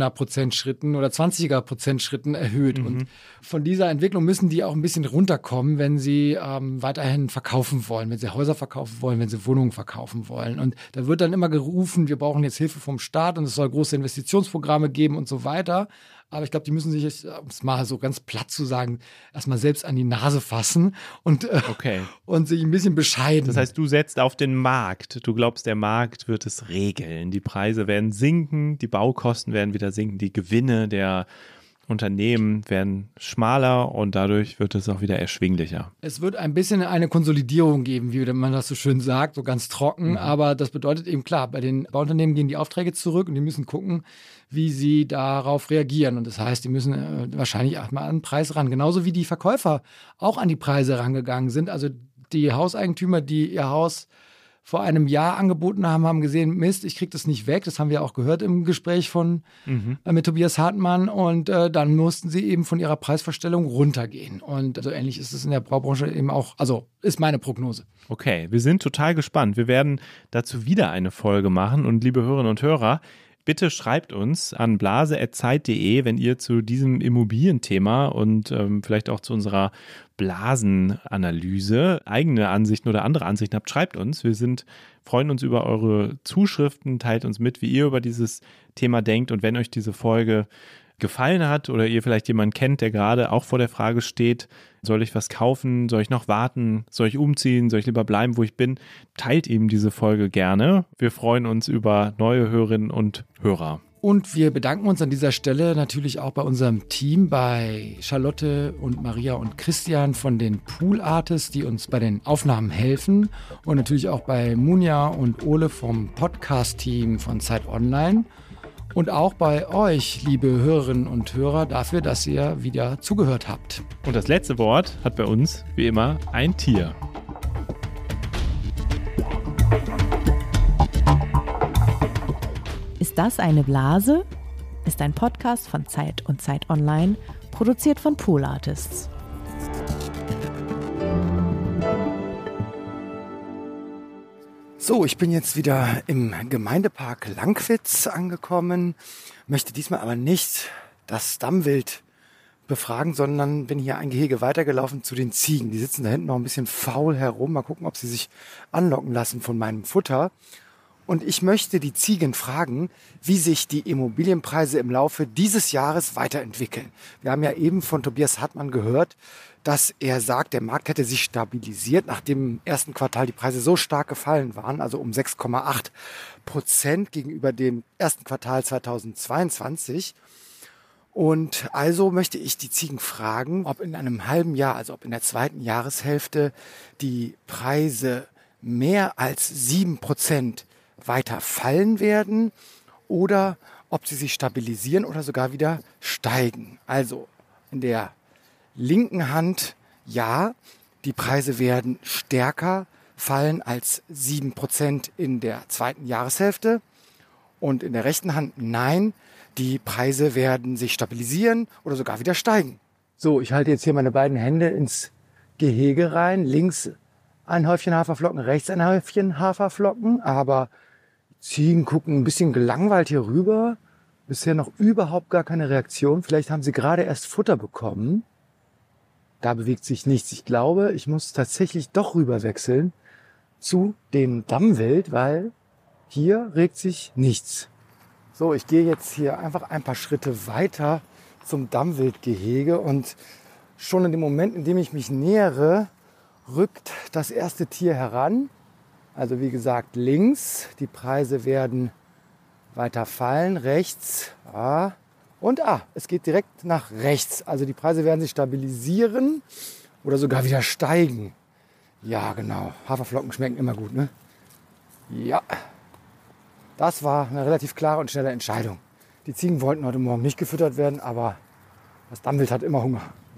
15er% oder 20er% erhöht. Und von dieser Entwicklung müssen die auch ein bisschen runterkommen, wenn sie weiterhin verkaufen wollen, wenn sie Häuser verkaufen wollen, wenn sie Wohnungen verkaufen wollen. Und da wird dann immer gerufen, wir brauchen jetzt Hilfe vom Staat und es soll große Investitionsprogramme geben und so weiter. Aber ich glaube, die müssen sich jetzt, um es mal so ganz platt zu sagen, erstmal selbst an die Nase fassen und sich ein bisschen bescheiden. Das heißt, du setzt auf den Markt. Du glaubst, der Markt wird es regeln. Die Preise werden sinken, die Baukosten werden wieder sinken, die Gewinne der Unternehmen werden schmaler und dadurch wird es auch wieder erschwinglicher. Es wird ein bisschen eine Konsolidierung geben, wie man das so schön sagt, so ganz trocken. Aber das bedeutet eben klar, bei den Bauunternehmen gehen die Aufträge zurück und die müssen gucken, wie sie darauf reagieren. Und das heißt, die müssen wahrscheinlich auch mal an den Preis ran. Genauso wie die Verkäufer auch an die Preise rangegangen sind. Also die Hauseigentümer, die ihr Haus vor einem Jahr angeboten haben gesehen, Mist, ich kriege das nicht weg. Das haben wir auch gehört im Gespräch mit Tobias Hartmann. Und dann mussten sie eben von ihrer Preisvorstellung runtergehen. Und so ähnlich ist es in der Baubranche eben auch, also ist meine Prognose. Okay, wir sind total gespannt. Wir werden dazu wieder eine Folge machen. Und liebe Hörerinnen und Hörer, bitte schreibt uns an blase@zeit.de, wenn ihr zu diesem Immobilienthema und vielleicht auch zu unserer Blasenanalyse eigene Ansichten oder andere Ansichten habt. Schreibt uns. Wir freuen uns über eure Zuschriften, teilt uns mit, wie ihr über dieses Thema denkt. Und wenn euch diese Folge gefallen hat oder ihr vielleicht jemanden kennt, der gerade auch vor der Frage steht, soll ich was kaufen, soll ich noch warten, soll ich umziehen, soll ich lieber bleiben, wo ich bin, teilt ihm diese Folge gerne. Wir freuen uns über neue Hörerinnen und Hörer. Und wir bedanken uns an dieser Stelle natürlich auch bei unserem Team, bei Charlotte und Maria und Christian von den Pool Artists, die uns bei den Aufnahmen helfen. Und natürlich auch bei Munja und Ole vom Podcast-Team von Zeit Online. Und auch bei euch, liebe Hörerinnen und Hörer, dafür, dass ihr wieder zugehört habt. Und das letzte Wort hat bei uns, wie immer, ein Tier. Ist das eine Blase? Ist ein Podcast von Zeit und Zeit Online, produziert von Pool Artists. So, ich bin jetzt wieder im Gemeindepark Langwitz angekommen, möchte diesmal aber nicht das Dammwild befragen, sondern bin hier ein Gehege weitergelaufen zu den Ziegen. Die sitzen da hinten noch ein bisschen faul herum. Mal gucken, ob sie sich anlocken lassen von meinem Futter. Und ich möchte die Ziegen fragen, wie sich die Immobilienpreise im Laufe dieses Jahres weiterentwickeln. Wir haben ja eben von Tobias Hartmann gehört, dass er sagt, der Markt hätte sich stabilisiert, nachdem im ersten Quartal die Preise so stark gefallen waren, also um 6,8% gegenüber dem ersten Quartal 2022. Und also möchte ich die Ziegen fragen, ob in einem halben Jahr, also ob in der zweiten Jahreshälfte, die Preise mehr als 7% weiter fallen werden oder ob sie sich stabilisieren oder sogar wieder steigen. Also in der linken Hand, ja, die Preise werden stärker fallen als 7% in der zweiten Jahreshälfte. Und in der rechten Hand, nein, die Preise werden sich stabilisieren oder sogar wieder steigen. So, ich halte jetzt hier meine beiden Hände ins Gehege rein. Links ein Häufchen Haferflocken, rechts ein Häufchen Haferflocken. Aber Ziegen gucken ein bisschen gelangweilt hier rüber. Bisher noch überhaupt gar keine Reaktion. Vielleicht haben sie gerade erst Futter bekommen. Da bewegt sich nichts. Ich glaube, ich muss tatsächlich doch rüber wechseln zu dem Dammwild, weil hier regt sich nichts. So, ich gehe jetzt hier einfach ein paar Schritte weiter zum Dammwildgehege und schon in dem Moment, in dem ich mich nähere, rückt das erste Tier heran. Also wie gesagt, links, die Preise werden weiter fallen, rechts, es geht direkt nach rechts. Also die Preise werden sich stabilisieren oder sogar wieder steigen. Ja, genau, Haferflocken schmecken immer gut, ne? Ja, das war eine relativ klare und schnelle Entscheidung. Die Ziegen wollten heute Morgen nicht gefüttert werden, aber das Dammwild hat immer Hunger.